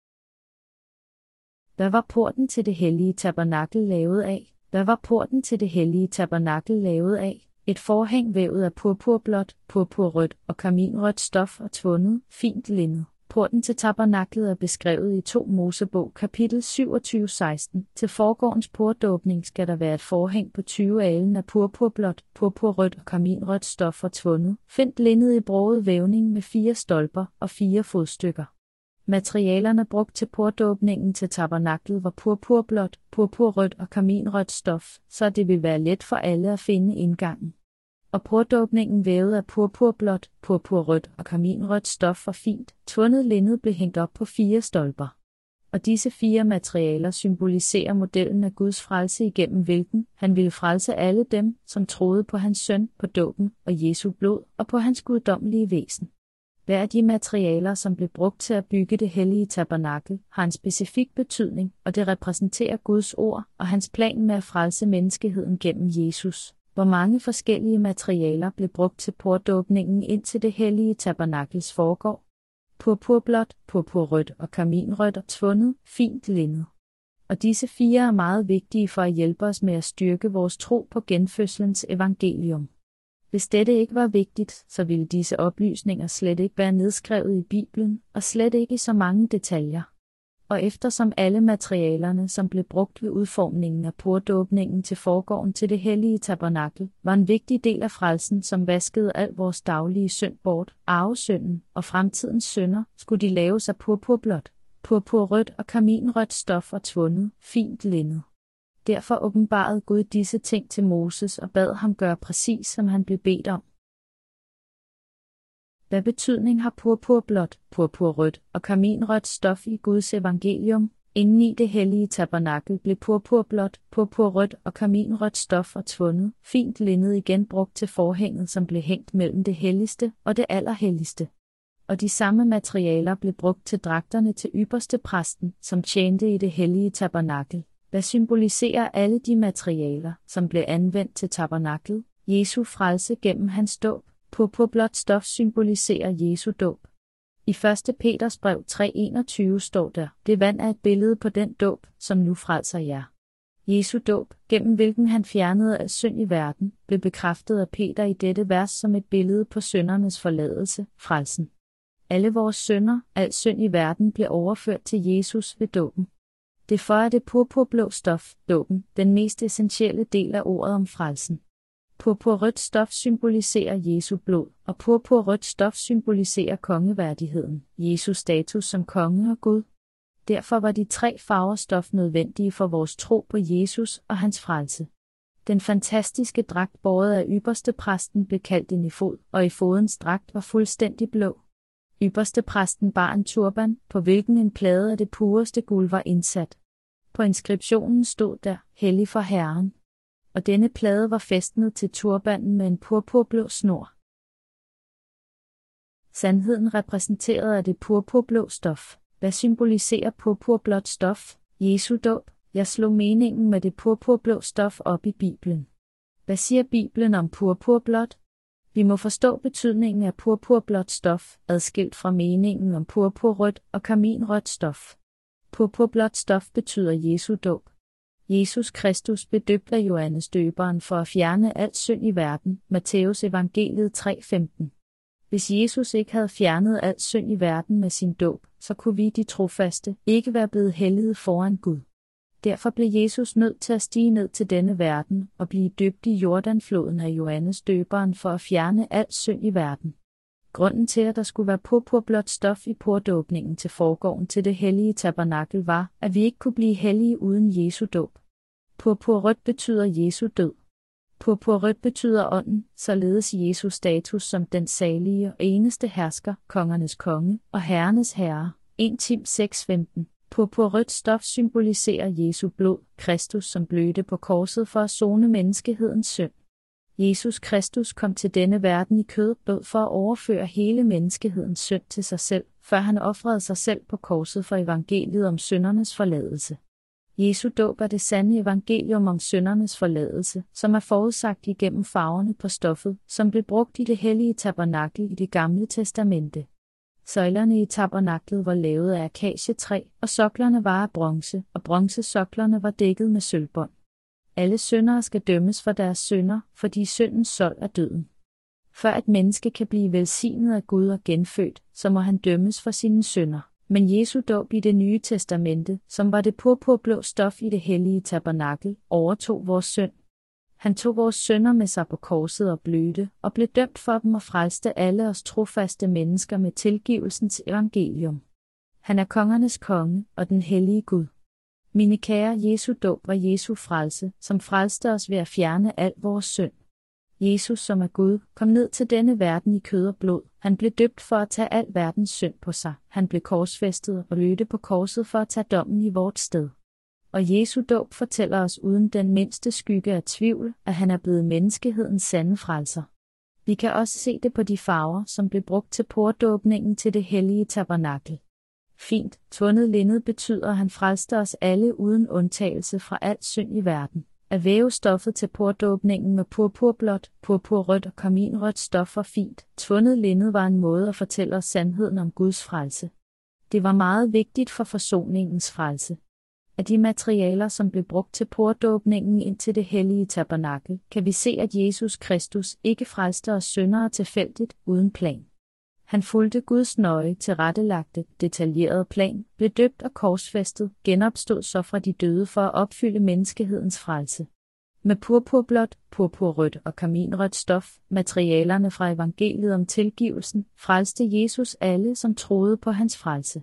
Hvad var porten til det hellige tabernakel lavet af? Hvad var porten til det hellige tabernakel lavet af? Et forhæng vævet af purpurblåt, purpurrødt og karminrødt stof og tvundet, fint linned. Porten til tabernaklet er beskrevet i 2 Mosebog kapitel 27-16. Til forgårdens portåbning skal der være et forhæng på 20 alen af purpurblåt, purpurrødt og karminrødt stof og tvundet, fint linned i broget vævning med 4 stolper og 4 fodstykker. Materialerne brugt til portåbningen til tabernaklet var purpurblåt, purpurrødt og karminrødt stof, så det vil være let for alle at finde indgangen. Og portåbningen vævet af purpurblåt, purpurrødt og karminrødt stof og fint, tvundet linned blev hængt op på 4 stolper. Og disse 4 materialer symboliserer modellen af Guds frelse, igennem hvilken han ville frelse alle dem, som troede på hans søn, på dåben og Jesu blod og på hans guddommelige væsen. Hver af de materialer, som blev brugt til at bygge det hellige tabernakel, har en specifik betydning, og det repræsenterer Guds ord og hans plan med at frelse menneskeheden gennem Jesus. Hvor mange forskellige materialer blev brugt til portåbningen ind til det hellige tabernakels forgård? Purpurblåt, purpurrødt og karminrødt og tvundet, fint linned. Og disse 4 er meget vigtige for at hjælpe os med at styrke vores tro på genfødselens evangelium. Hvis dette ikke var vigtigt, så ville disse oplysninger slet ikke være nedskrevet i Bibelen, og slet ikke i så mange detaljer. Og eftersom alle materialerne, som blev brugt ved udformningen af portåbningen til forgården til det hellige tabernakel, var en vigtig del af frelsen, som vaskede al vores daglige synd bort, arvesynden og fremtidens synder, skulle de laves af purpurblåt, purpurrødt og karminrødt stof og tvundet, fint linned. Derfor åbenbarede Gud disse ting til Moses og bad ham gøre præcis, som han blev bedt om. Hvad betydning har purpurblåt, purpurrødt og karminrødt stof i Guds evangelium? Inden i det hellige tabernakel blev purpurblåt, purpurrødt og karminrødt stof og tvundet, fint linned igen brugt til forhænget, som blev hængt mellem det helligste og det allerhelligste. Og de samme materialer blev brugt til dragterne til ypperste præsten, som tjente i det hellige tabernakel. Hvad symboliserer alle de materialer, som blev anvendt til tabernaklet? Jesu frelse gennem hans dåb. Purpurblåt stof symboliserer Jesu dåb. I 1. Peters brev 3:21 står der: det vand er et billede på den dåb, som nu frelser jer. Jesu dåb, gennem hvilken han fjernede al synd i verden, blev bekræftet af Peter i dette vers som et billede på syndernes forladelse, frelsen. Alle vores synder, al synd i verden blev overført til Jesus ved dåben. Derfor er det purpurblå stof, dåben, den mest essentielle del af ordet om frelsen. Purpurrødt stof symboliserer Jesu blod, og purpurrødt stof symboliserer kongeværdigheden, Jesus status som konge og Gud. Derfor var de 3 farver stof nødvendige for vores tro på Jesus og hans frelse. Den fantastiske dragt båret af ypperste præsten blev kaldt en efod, og efodens dragt var fuldstændig blå. Ypperste præsten bar en turban, på hvilken en plade af det pureste guld var indsat. På inskriptionen stod der, hellig for Herren. Og denne plade var fæstnet til turbanen med en purpurblå snor. Sandheden repræsenteret af det purpurblå stof. Hvad symboliserer purpurblåt stof? Jesu dåb. Jeg slog meningen med det purpurblå stof op i Bibelen. Hvad siger Bibelen om purpurblåt? Vi må forstå betydningen af purpurblåt stof, adskilt fra meningen om purpurrødt og karminrødt stof. Purpurblåt stof betyder Jesu dåb. Jesus Kristus blev døbt af Johannes Døberen for at fjerne al synd i verden, Matthæus evangeliet 3:15. Hvis Jesus ikke havde fjernet al synd i verden med sin dåb, så kunne vi, de trofaste, ikke være blevet helliget foran Gud. Derfor blev Jesus nødt til at stige ned til denne verden og blive døbt i Jordanfloden af Johannes døberen for at fjerne al synd i verden. Grunden til, at der skulle være purpurblåt stof i portåbningen til forgården til det hellige tabernakel var, at vi ikke kunne blive hellige uden Jesu dåb. Purpurrødt betyder Jesu død. Purpurrødt betyder ånden, således Jesus status som den salige og eneste hersker, kongernes konge og herrenes herre. 1 Tim 6:15. Purpurrødt stof symboliserer Jesu blod, Kristus som blødte på korset for at sone menneskehedens synd. Jesus Kristus kom til denne verden i kød og blod for at overføre hele menneskehedens synd til sig selv, før han ofrede sig selv på korset for evangeliet om syndernes forladelse. Jesu dåb er det sande evangelium om syndernes forladelse, som er forudsagt igennem farverne på stoffet, som blev brugt i det hellige tabernakel i det gamle testamente. Søjlerne i tabernaklet var lavet af akacietræ, og soklerne var af bronze, og bronzesoklerne var dækket med sølvbånd. Alle syndere skal dømmes for deres synder, fordi syndens sold er døden. Før et menneske kan blive velsignet af Gud og genfødt, så må han dømmes for sine synder. Men Jesu dåb i det nye testamente, som var det purpurblå stof i det hellige tabernakel, overtog vores synd. Han tog vores synder med sig på korset og blødte, og blev dømt for dem og frelste alle os trofaste mennesker med tilgivelsens evangelium. Han er kongernes konge og den hellige Gud. Mine kære, Jesu dåb var Jesu frelse, som frelste os ved at fjerne al vores synd. Jesus, som er Gud, kom ned til denne verden i kød og blod. Han blev døbt for at tage al verdens synd på sig. Han blev korsfæstet og blødte på korset for at tage dommen i vort sted. Og Jesu dåb fortæller os uden den mindste skygge af tvivl, at han er blevet menneskehedens sande frelser. Vi kan også se det på de farver, som blev brugt til portåbningen til det hellige tabernakel. Fint, tvundet linned betyder, at han frelste os alle uden undtagelse fra al synd i verden. At væve stoffet til portåbningen med purpurblåt, purpurrødt og karminrødt stof var fint. Tvundet linned var en måde at fortælle os sandheden om Guds frelse. Det var meget vigtigt for forsoningens frelse. Af de materialer, som blev brugt til portåbningen ind til det hellige tabernakel, kan vi se, at Jesus Kristus ikke frelste os syndere tilfældigt uden plan. Han fulgte Guds nøje tilrettelagte, detaljerede plan, blev døbt og korsfæstet, genopstod så fra de døde for at opfylde menneskehedens frelse. Med purpurblåt, purpurrødt og karminrødt stof, materialerne fra evangeliet om tilgivelsen, frelste Jesus alle, som troede på hans frelse.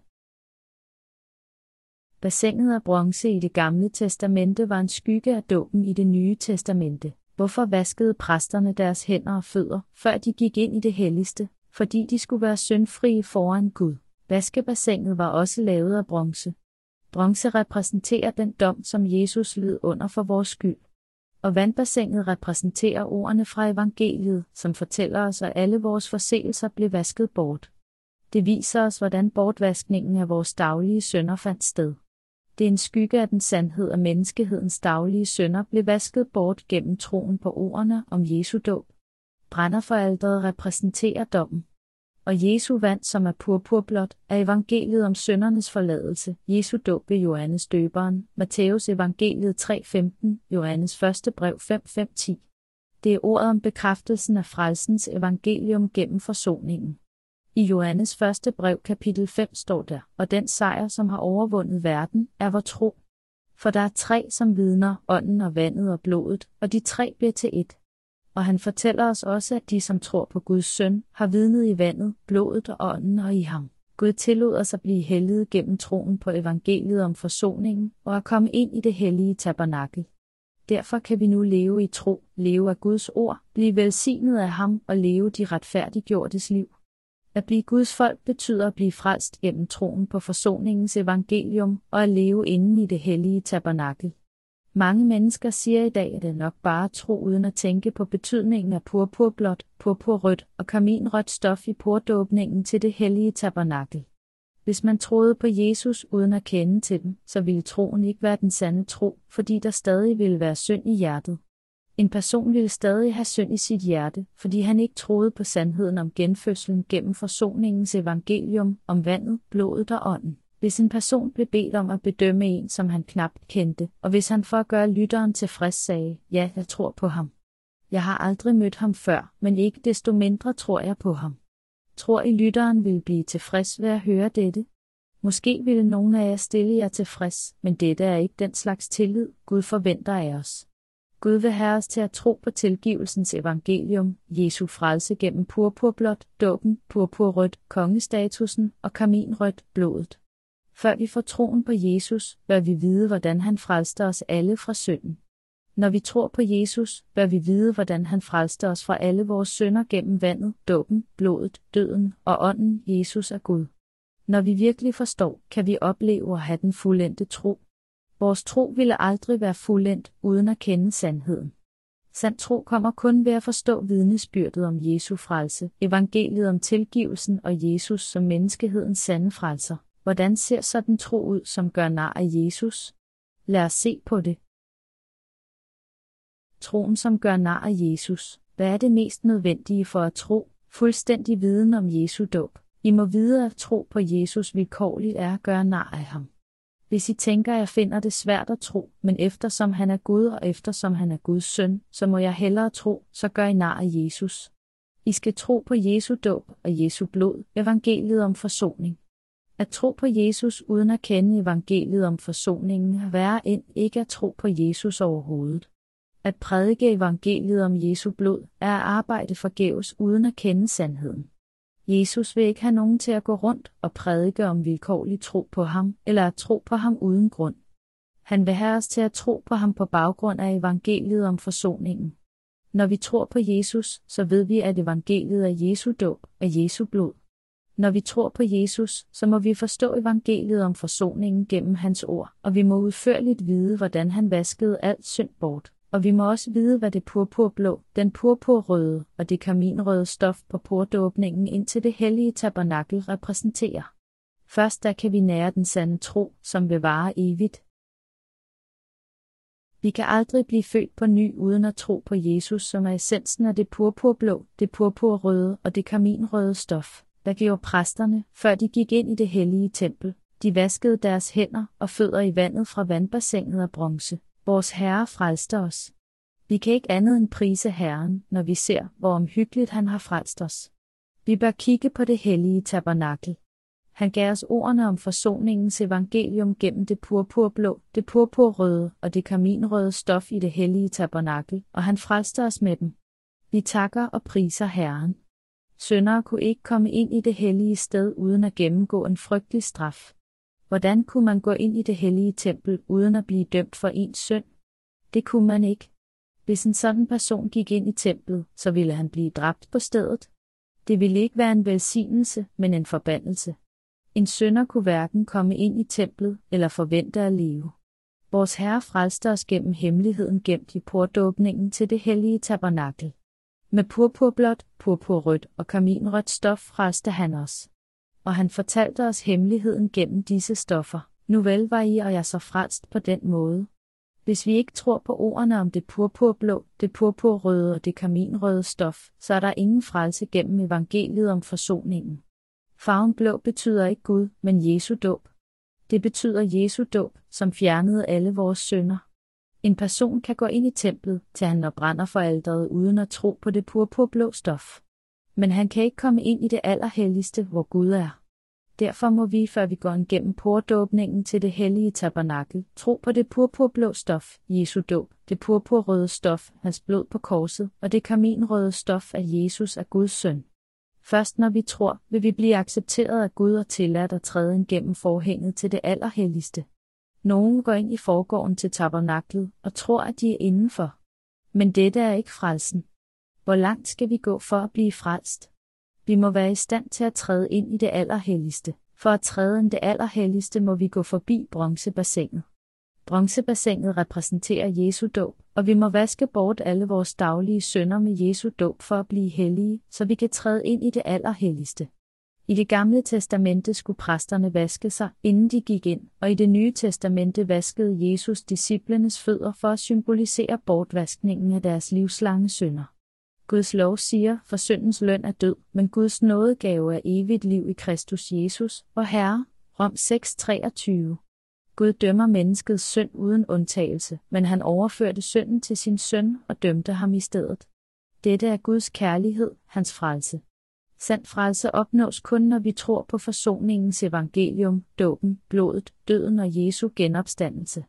Bassinet af bronze i det gamle testamente var en skygge af dåben i det nye testamente. Hvorfor vaskede præsterne deres hænder og fødder, før de gik ind i det helligste? Fordi de skulle være syndfrie foran Gud. Vaskebassinet var også lavet af bronze. Bronze repræsenterer den dom, som Jesus led under for vores skyld. Og vandbassinet repræsenterer ordene fra evangeliet, som fortæller os, at alle vores forseelser blev vasket bort. Det viser os, hvordan bortvaskningen af vores daglige synder fandt sted. Det er en skygge af den sandhed, at menneskehedens daglige synder blev vasket bort gennem troen på ordene om Jesu dåb. Brænderforældret repræsenterer dommen. Og Jesu vand, som er purpurblåt, er evangeliet om syndernes forladelse. Jesu dåb ved Johannes døberen, Matthæus evangeliet 3:15, Johannes første brev 5:5-10. Det er ordet om bekræftelsen af frelsens evangelium gennem forsoningen. I Johannes første brev kapitel 5 står der, og den sejr, som har overvundet verden, er vor tro. For der er 3, som vidner, ånden og vandet og blodet, og de 3 bliver til ét. Og han fortæller os også, at de, som tror på Guds søn, har vidnet i vandet, blodet og ånden og i ham. Gud tillod os at blive helliget gennem troen på evangeliet om forsoningen, og at komme ind i det hellige tabernakel. Derfor kan vi nu leve i tro, leve af Guds ord, blive velsignet af ham og leve de retfærdiggjortes liv. At blive Guds folk betyder at blive frelst gennem troen på forsoningens evangelium og at leve inde i det hellige tabernakel. Mange mennesker siger i dag, at det nok bare tro uden at tænke på betydningen af purpurblåt, purpurrødt og karminrødt stof i portåbningen til det hellige tabernakel. Hvis man troede på Jesus uden at kende til dem, så ville troen ikke være den sande tro, fordi der stadig ville være synd i hjertet. En person ville stadig have synd i sit hjerte, fordi han ikke troede på sandheden om genfødslen gennem forsoningens evangelium, om vandet, blodet og ånden. Hvis en person blev bedt om at bedømme en, som han knapt kendte, og hvis han for at gøre lytteren tilfreds sagde, ja, jeg tror på ham. Jeg har aldrig mødt ham før, men ikke desto mindre tror jeg på ham. Tror I lytteren vil blive tilfreds ved at høre dette? Måske ville nogen af jer stille jer tilfreds, men dette er ikke den slags tillid, Gud forventer af os. Gud vil have os til at tro på tilgivelsens evangelium, Jesu frelse gennem purpurblåt, dåben, purpurrødt, kongestatusen og karminrødt, blodet. Før vi får troen på Jesus, bør vi vide, hvordan han frelste os alle fra synden. Når vi tror på Jesus, bør vi vide, hvordan han frelste os fra alle vores synder gennem vandet, dåben, blodet, døden og ånden. Jesus er Gud. Når vi virkelig forstår, kan vi opleve at have den fuldendte tro. Vores tro ville aldrig være fuldendt, uden at kende sandheden. Sand tro kommer kun ved at forstå vidnesbyrdet om Jesu frelse, evangeliet om tilgivelsen og Jesus som menneskehedens sande frelser. Hvordan ser sådan tro ud, som gør nar af Jesus? Lad os se på det. Troen, som gør nar af Jesus. Hvad er det mest nødvendige for at tro? Fuldstændig viden om Jesu dåb. I må vide, at tro på Jesus vilkårligt er at gøre nar af ham. Hvis I tænker, at jeg finder det svært at tro, men eftersom han er Gud og eftersom han er Guds søn, så må jeg hellere tro, så gør I nar af Jesus. I skal tro på Jesu dåb og Jesu blod, evangeliet om forsoning. At tro på Jesus uden at kende evangeliet om forsoningen er værre end ikke at tro på Jesus overhovedet. At prædike evangeliet om Jesu blod er at arbejde forgæves uden at kende sandheden. Jesus vil ikke have nogen til at gå rundt og prædike om vilkårlig tro på ham, eller at tro på ham uden grund. Han vil have os til at tro på ham på baggrund af evangeliet om forsoningen. Når vi tror på Jesus, så ved vi, at evangeliet er Jesu dåb og Jesu blod. Når vi tror på Jesus, så må vi forstå evangeliet om forsoningen gennem hans ord, og vi må udførligt vide, hvordan han vaskede alt synd bort. Og vi må også vide, hvad det purpurblå, den purpurrøde og det karminrøde stof på portåbningen ind til det hellige tabernakel repræsenterer. Først da kan vi nære den sande tro, som vil vare evigt. Vi kan aldrig blive født på ny uden at tro på Jesus, som er essensen af det purpurblå, det purpurrøde og det karminrøde stof. Der gjorde præsterne, før de gik ind i det hellige tempel. De vaskede deres hænder og fødder i vandet fra vandbassinet af bronze. Vores Herre frelste os. Vi kan ikke andet end prise Herren, når vi ser, hvor omhyggeligt han har frelst os. Vi bør kigge på det hellige tabernakel. Han gav os ordene om forsoningens evangelium gennem det purpurblå, det purpurrøde og det karminrøde stof i det hellige tabernakel, og han frelste os med dem. Vi takker og priser Herren. Syndere kunne ikke komme ind i det hellige sted uden at gennemgå en frygtelig straf. Hvordan kunne man gå ind i det hellige tempel uden at blive dømt for ens synd? Det kunne man ikke. Hvis en sådan person gik ind i templet, så ville han blive dræbt på stedet. Det ville ikke være en velsignelse, men en forbandelse. En synder kunne hverken komme ind i templet eller forvente at leve. Vores Herre frelste os gennem hemmeligheden gemt i portåbningen til det hellige tabernakel. Med purpurblåt, purpurrødt og karminrødt stof frelste han os. Og han fortalte os hemmeligheden gennem disse stoffer. Nu vel var I og jeg så frelst på den måde. Hvis vi ikke tror på ordene om det purpurblå, det purpurrøde og det karminrøde stof, så er der ingen frelse gennem evangeliet om forsoningen. Farven blå betyder ikke Gud, men Jesu dåb. Det betyder Jesu dåb, som fjernede alle vores synder. En person kan gå ind i templet, til han brænder for alteret uden at tro på det purpurblå stof. Men han kan ikke komme ind i det allerhelligste, hvor Gud er. Derfor må vi, før vi går igennem portåbningen til det hellige tabernakel, tro på det purpurblå stof, Jesu dåb, det purpurrøde stof, hans blod på korset, og det karminrøde stof af Jesus er Guds søn. Først når vi tror, vil vi blive accepteret af Gud og tilladt at træde ind gennem forhænget til det allerhelligste. Nogen går ind i forgården til tabernaklet og tror, at de er indenfor. Men dette er ikke frelsen. Hvor langt skal vi gå for at blive frelst? Vi må være i stand til at træde ind i det allerhelligste. For at træde ind det allerhelligste må vi gå forbi bronzebassinet. Bronzebassinet repræsenterer Jesu dåb, og vi må vaske bort alle vores daglige synder med Jesu dåb for at blive hellige, så vi kan træde ind i det allerhelligste. I det gamle testamente skulle præsterne vaske sig, inden de gik ind, og i det nye testamente vaskede Jesus disciplenes fødder for at symbolisere bortvaskningen af deres livslange synder. Guds lov siger, for syndens løn er død, men Guds nådegave er evigt liv i Kristus Jesus, vor Herre. Rom 6:23. Gud dømmer menneskets synd uden undtagelse, men han overførte synden til sin søn og dømte ham i stedet. Dette er Guds kærlighed, hans frelse. Sand frelse opnås kun, når vi tror på forsoningens evangelium, dåben, blodet, døden og Jesu genopstandelse.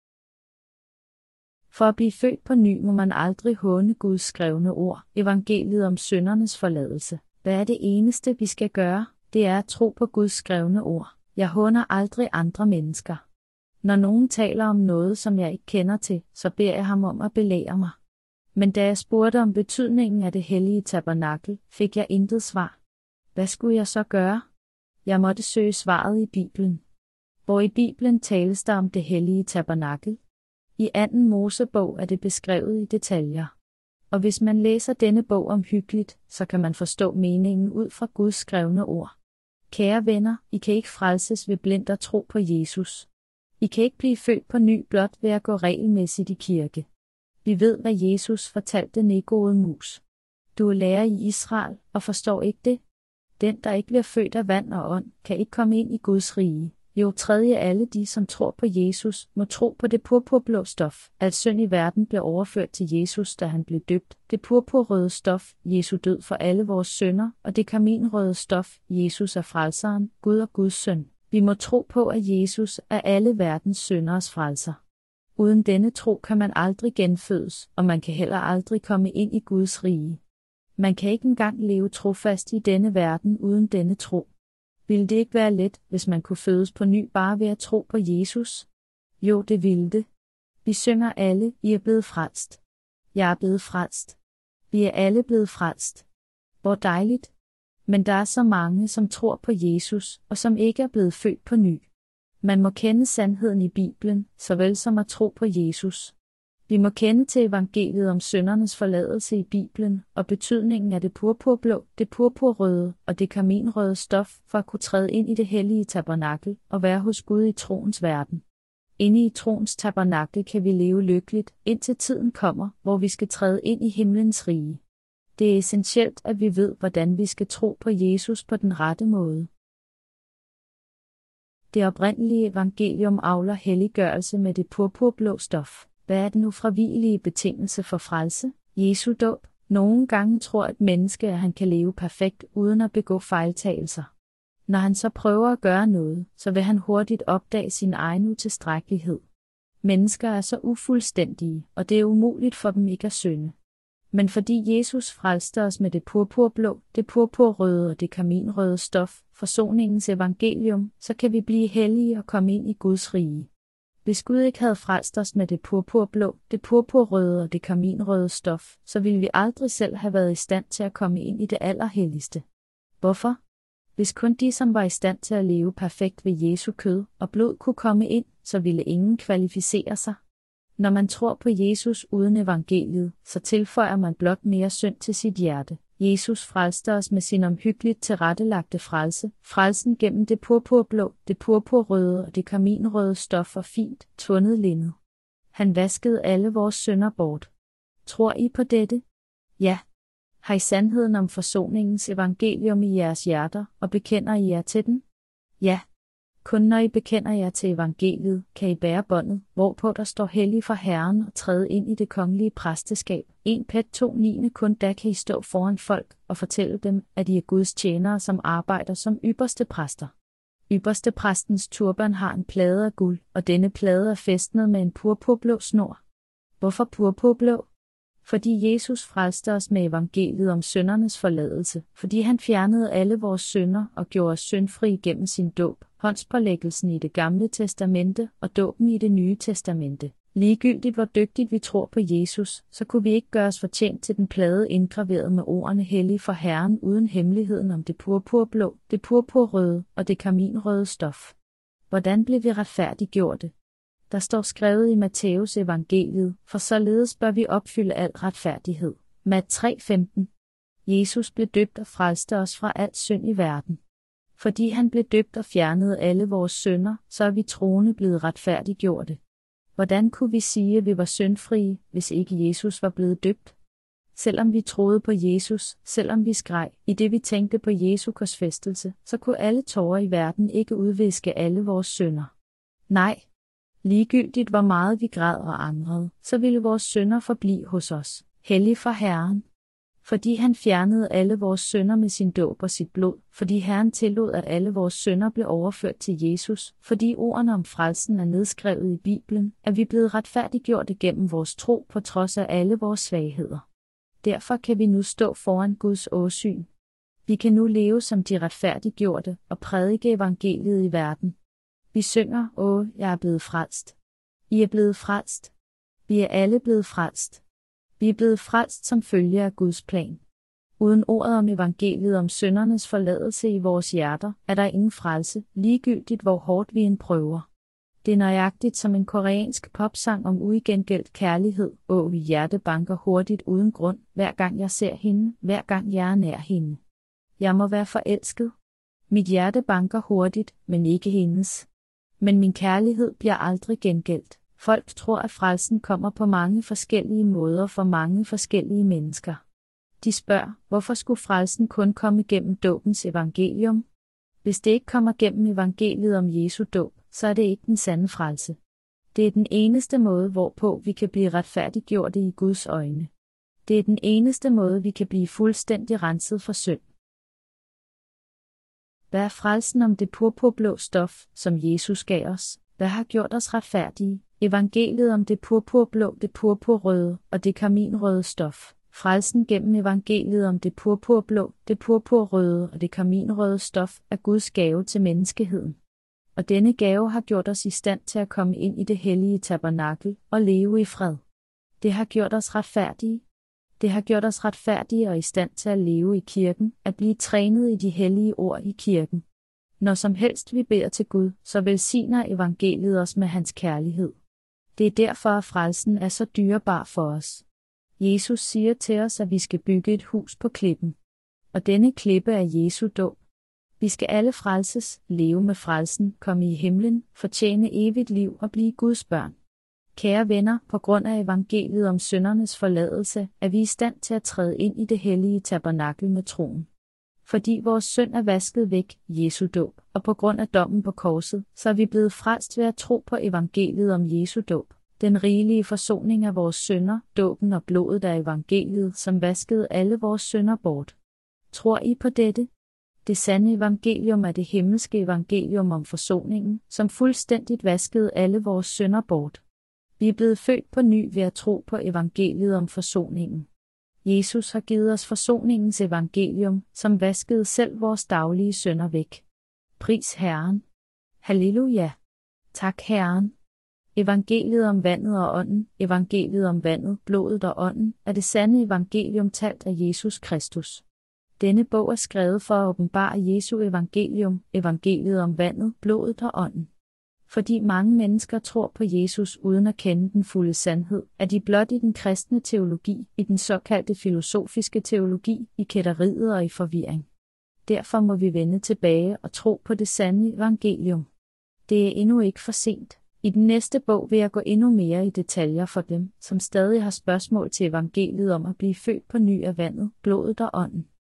For at blive født på ny må man aldrig håne Guds skrevne ord, evangeliet om syndernes forladelse. Hvad er det eneste, vi skal gøre? Det er at tro på Guds skrevne ord. Jeg håner aldrig andre mennesker. Når nogen taler om noget, som jeg ikke kender til, så beder jeg ham om at belære mig. Men da jeg spurgte om betydningen af det hellige tabernakel, fik jeg intet svar. Hvad skulle jeg så gøre? Jeg måtte søge svaret i Bibelen. Hvor i Bibelen tales der om det hellige tabernakel? I 2. Mosebog er det beskrevet i detaljer. Og hvis man læser denne bog omhyggeligt, så kan man forstå meningen ud fra Guds skrevne ord. Kære venner, I kan ikke frelses ved blindt at tro på Jesus. I kan ikke blive født på ny blot ved at gå regelmæssigt i kirke. Vi ved, hvad Jesus fortalte Nikodemus. Du er lærer i Israel og forstår ikke det. Den, der ikke bliver født af vand og ånd, kan ikke komme ind i Guds rige. Jo, tredje alle de, som tror på Jesus, må tro på det purpurblå stof. Al synd i verden blev overført til Jesus, da han blev døbt. Det purpurrøde stof, Jesu død for alle vores synder, og det karminrøde stof, Jesus er frelseren, Gud og Guds søn. Vi må tro på, at Jesus er alle verdens synderes frelser. Uden denne tro kan man aldrig genfødes, og man kan heller aldrig komme ind i Guds rige. Man kan ikke engang leve trofast i denne verden uden denne tro. Ville det ikke være let, hvis man kunne fødes på ny bare ved at tro på Jesus? Jo, det ville det. Vi synger alle, I er blevet frelst. Jeg er blevet frelst. Vi er alle blevet frelst. Hvor dejligt. Men der er så mange, som tror på Jesus, og som ikke er blevet født på ny. Man må kende sandheden i Bibelen, såvel som at tro på Jesus. Vi må kende til evangeliet om syndernes forladelse i Bibelen, og betydningen af det purpurblå, det purpurrøde og det karminrøde stof, for at kunne træde ind i det hellige tabernakel og være hos Gud i troens verden. Inde i troens tabernakel kan vi leve lykkeligt, indtil tiden kommer, hvor vi skal træde ind i himlens rige. Det er essentielt, at vi ved, hvordan vi skal tro på Jesus på den rette måde. Det oprindelige evangelium avler helliggørelse med det purpurblå stof. Hvad er den ufravigelige betingelse for frelse? Jesu dåb. Nogle gange tror et menneske, at han kan leve perfekt uden at begå fejltagelser. Når han så prøver at gøre noget, så vil han hurtigt opdage sin egen utilstrækkelighed. Mennesker er så ufuldstændige, og det er umuligt for dem ikke at synde. Men fordi Jesus frelste os med det purpurblå, det purpurrøde og det karminrøde stof, forsoningens evangelium, så kan vi blive hellige og komme ind i Guds rige. Hvis Gud ikke havde frelst os med det purpurblå, det purpurrøde og det karminrøde stof, så ville vi aldrig selv have været i stand til at komme ind i det allerhelligste. Hvorfor? Hvis kun de, som var i stand til at leve perfekt ved Jesu kød og blod, kunne komme ind, så ville ingen kvalificere sig. Når man tror på Jesus uden evangeliet, så tilføjer man blot mere synd til sit hjerte. Jesus frelste os med sin omhyggeligt tilrettelagte frelse, frelsen gennem det purpurblå, det purpurrøde og det karminrøde stof og fint, tvundet linned. Han vaskede alle vores synder bort. Tror I på dette? Ja. Har I sandheden om forsoningens evangelium i jeres hjerter, og bekender I jer til den? Ja. Kun når I bekender jer til evangeliet, kan I bære båndet, hvorpå der står hellig for Herren og træde ind i det kongelige præsteskab. 1 Pet 2:9. Kun da kan I stå foran folk og fortælle dem, at I er Guds tjenere, som arbejder som ypperste præster. Ypperste præstens turban har en plade af guld, og denne plade er fæstnet med en purpurblå snor. Hvorfor purpurblå? Fordi Jesus frelste os med evangeliet om syndernes forladelse, fordi han fjernede alle vores synder og gjorde os syndfri gennem sin dåb, håndspålæggelsen i det gamle testamente og dåben i det nye testamente. Ligegyldigt hvor dygtigt vi tror på Jesus, så kunne vi ikke gøre os fortjent til den plade indgraveret med ordene hellig for Herren uden hemmeligheden om det purpurblå, det purpurrøde og det karminrøde stof. Hvordan blev vi retfærdiggjorte? Der står skrevet i Matthæus evangeliet, for således bør vi opfylde al retfærdighed. Mat 3:15. Jesus blev døbt og frelste os fra al synd i verden. Fordi han blev døbt og fjernede alle vores synder, så er vi troende blevet retfærdiggjorte. Hvordan kunne vi sige, at vi var syndfrie, hvis ikke Jesus var blevet døbt? Selvom vi troede på Jesus, selvom vi skreg, i det vi tænkte på Jesu korsfæstelse, så kunne alle tårer i verden ikke udviske alle vores synder. Nej. Ligegyldigt hvor meget vi græd og angrede, så ville vores synder forblive hos os. Hellig for Herren. Fordi han fjernede alle vores synder med sin dåb og sit blod, fordi Herren tillod, at alle vores synder blev overført til Jesus, fordi ordene om frelsen er nedskrevet i Bibelen, er vi blevet retfærdiggjort igennem vores tro på trods af alle vores svagheder. Derfor kan vi nu stå foran Guds åsyn. Vi kan nu leve som de retfærdiggjorte og prædike evangeliet i verden. Vi synger, åh, jeg er blevet frelst. I er blevet frelst. Vi er alle blevet frelst. Vi er blevet frelst som følge af Guds plan. Uden ordet om evangeliet om syndernes forladelse i vores hjerter, er der ingen frelse, ligegyldigt hvor hårdt vi end prøver. Det er nøjagtigt som en koreansk popsang om uigengældt kærlighed. Åh, mit hjerte banker hurtigt uden grund, hver gang jeg ser hende, hver gang jeg er nær hende. Jeg må være forelsket. Mit hjerte banker hurtigt, men ikke hendes. Men min kærlighed bliver aldrig gengældt. Folk tror, at frelsen kommer på mange forskellige måder for mange forskellige mennesker. De spørger, hvorfor skulle frelsen kun komme gennem dåbens evangelium? Hvis det ikke kommer gennem evangeliet om Jesu dåb, så er det ikke den sande frelse. Det er den eneste måde, hvorpå vi kan blive retfærdiggjorte i Guds øjne. Det er den eneste måde, vi kan blive fuldstændig renset for synd. Hvad er frelsen om det purpurblå stof, som Jesus gav os? Hvad har gjort os retfærdige? Evangeliet om det purpurblå, det purpurrøde og det karminrøde stof. Frelsen gennem evangeliet om det purpurblå, det purpurrøde og det karminrøde stof er Guds gave til menneskeheden. Og denne gave har gjort os i stand til at komme ind i det hellige tabernakel og leve i fred. Det har gjort os retfærdige. Det har gjort os retfærdige og i stand til at leve i kirken, at blive trænet i de hellige ord i kirken. Når som helst vi beder til Gud, så velsigner evangeliet os med hans kærlighed. Det er derfor, at frelsen er så dyrebar for os. Jesus siger til os, at vi skal bygge et hus på klippen. Og denne klippe er Jesu dåb. Vi skal alle frelses, leve med frelsen, komme i himlen, fortjene evigt liv og blive Guds børn. Kære venner, på grund af evangeliet om syndernes forladelse, er vi i stand til at træde ind i det hellige tabernakel med troen. Fordi vores synd er vasket væk, Jesu dåb, og på grund af dommen på korset, så er vi blevet frelst ved at tro på evangeliet om Jesu dåb. Den rigelige forsoning af vores synder, dåben og blodet af evangeliet, som vaskede alle vores synder bort. Tror I på dette? Det sande evangelium er det himmelske evangelium om forsoningen, som fuldstændigt vaskede alle vores synder bort. Vi er blevet født på ny ved at tro på evangeliet om forsoningen. Jesus har givet os forsoningens evangelium, som vaskede selv vores daglige synder væk. Pris Herren. Halleluja. Tak Herren. Evangeliet om vandet og ånden, evangeliet om vandet, blodet og ånden, er det sande evangelium talt af Jesus Kristus. Denne bog er skrevet for at åbenbare Jesu evangelium, evangeliet om vandet, blodet og ånden. Fordi mange mennesker tror på Jesus uden at kende den fulde sandhed, er de blot i den kristne teologi, i den såkaldte filosofiske teologi, i kætteriet og i forvirring. Derfor må vi vende tilbage og tro på det sande evangelium. Det er endnu ikke for sent. I den næste bog vil jeg gå endnu mere i detaljer for dem, som stadig har spørgsmål til evangeliet om at blive født på ny af vandet, blodet og ånden.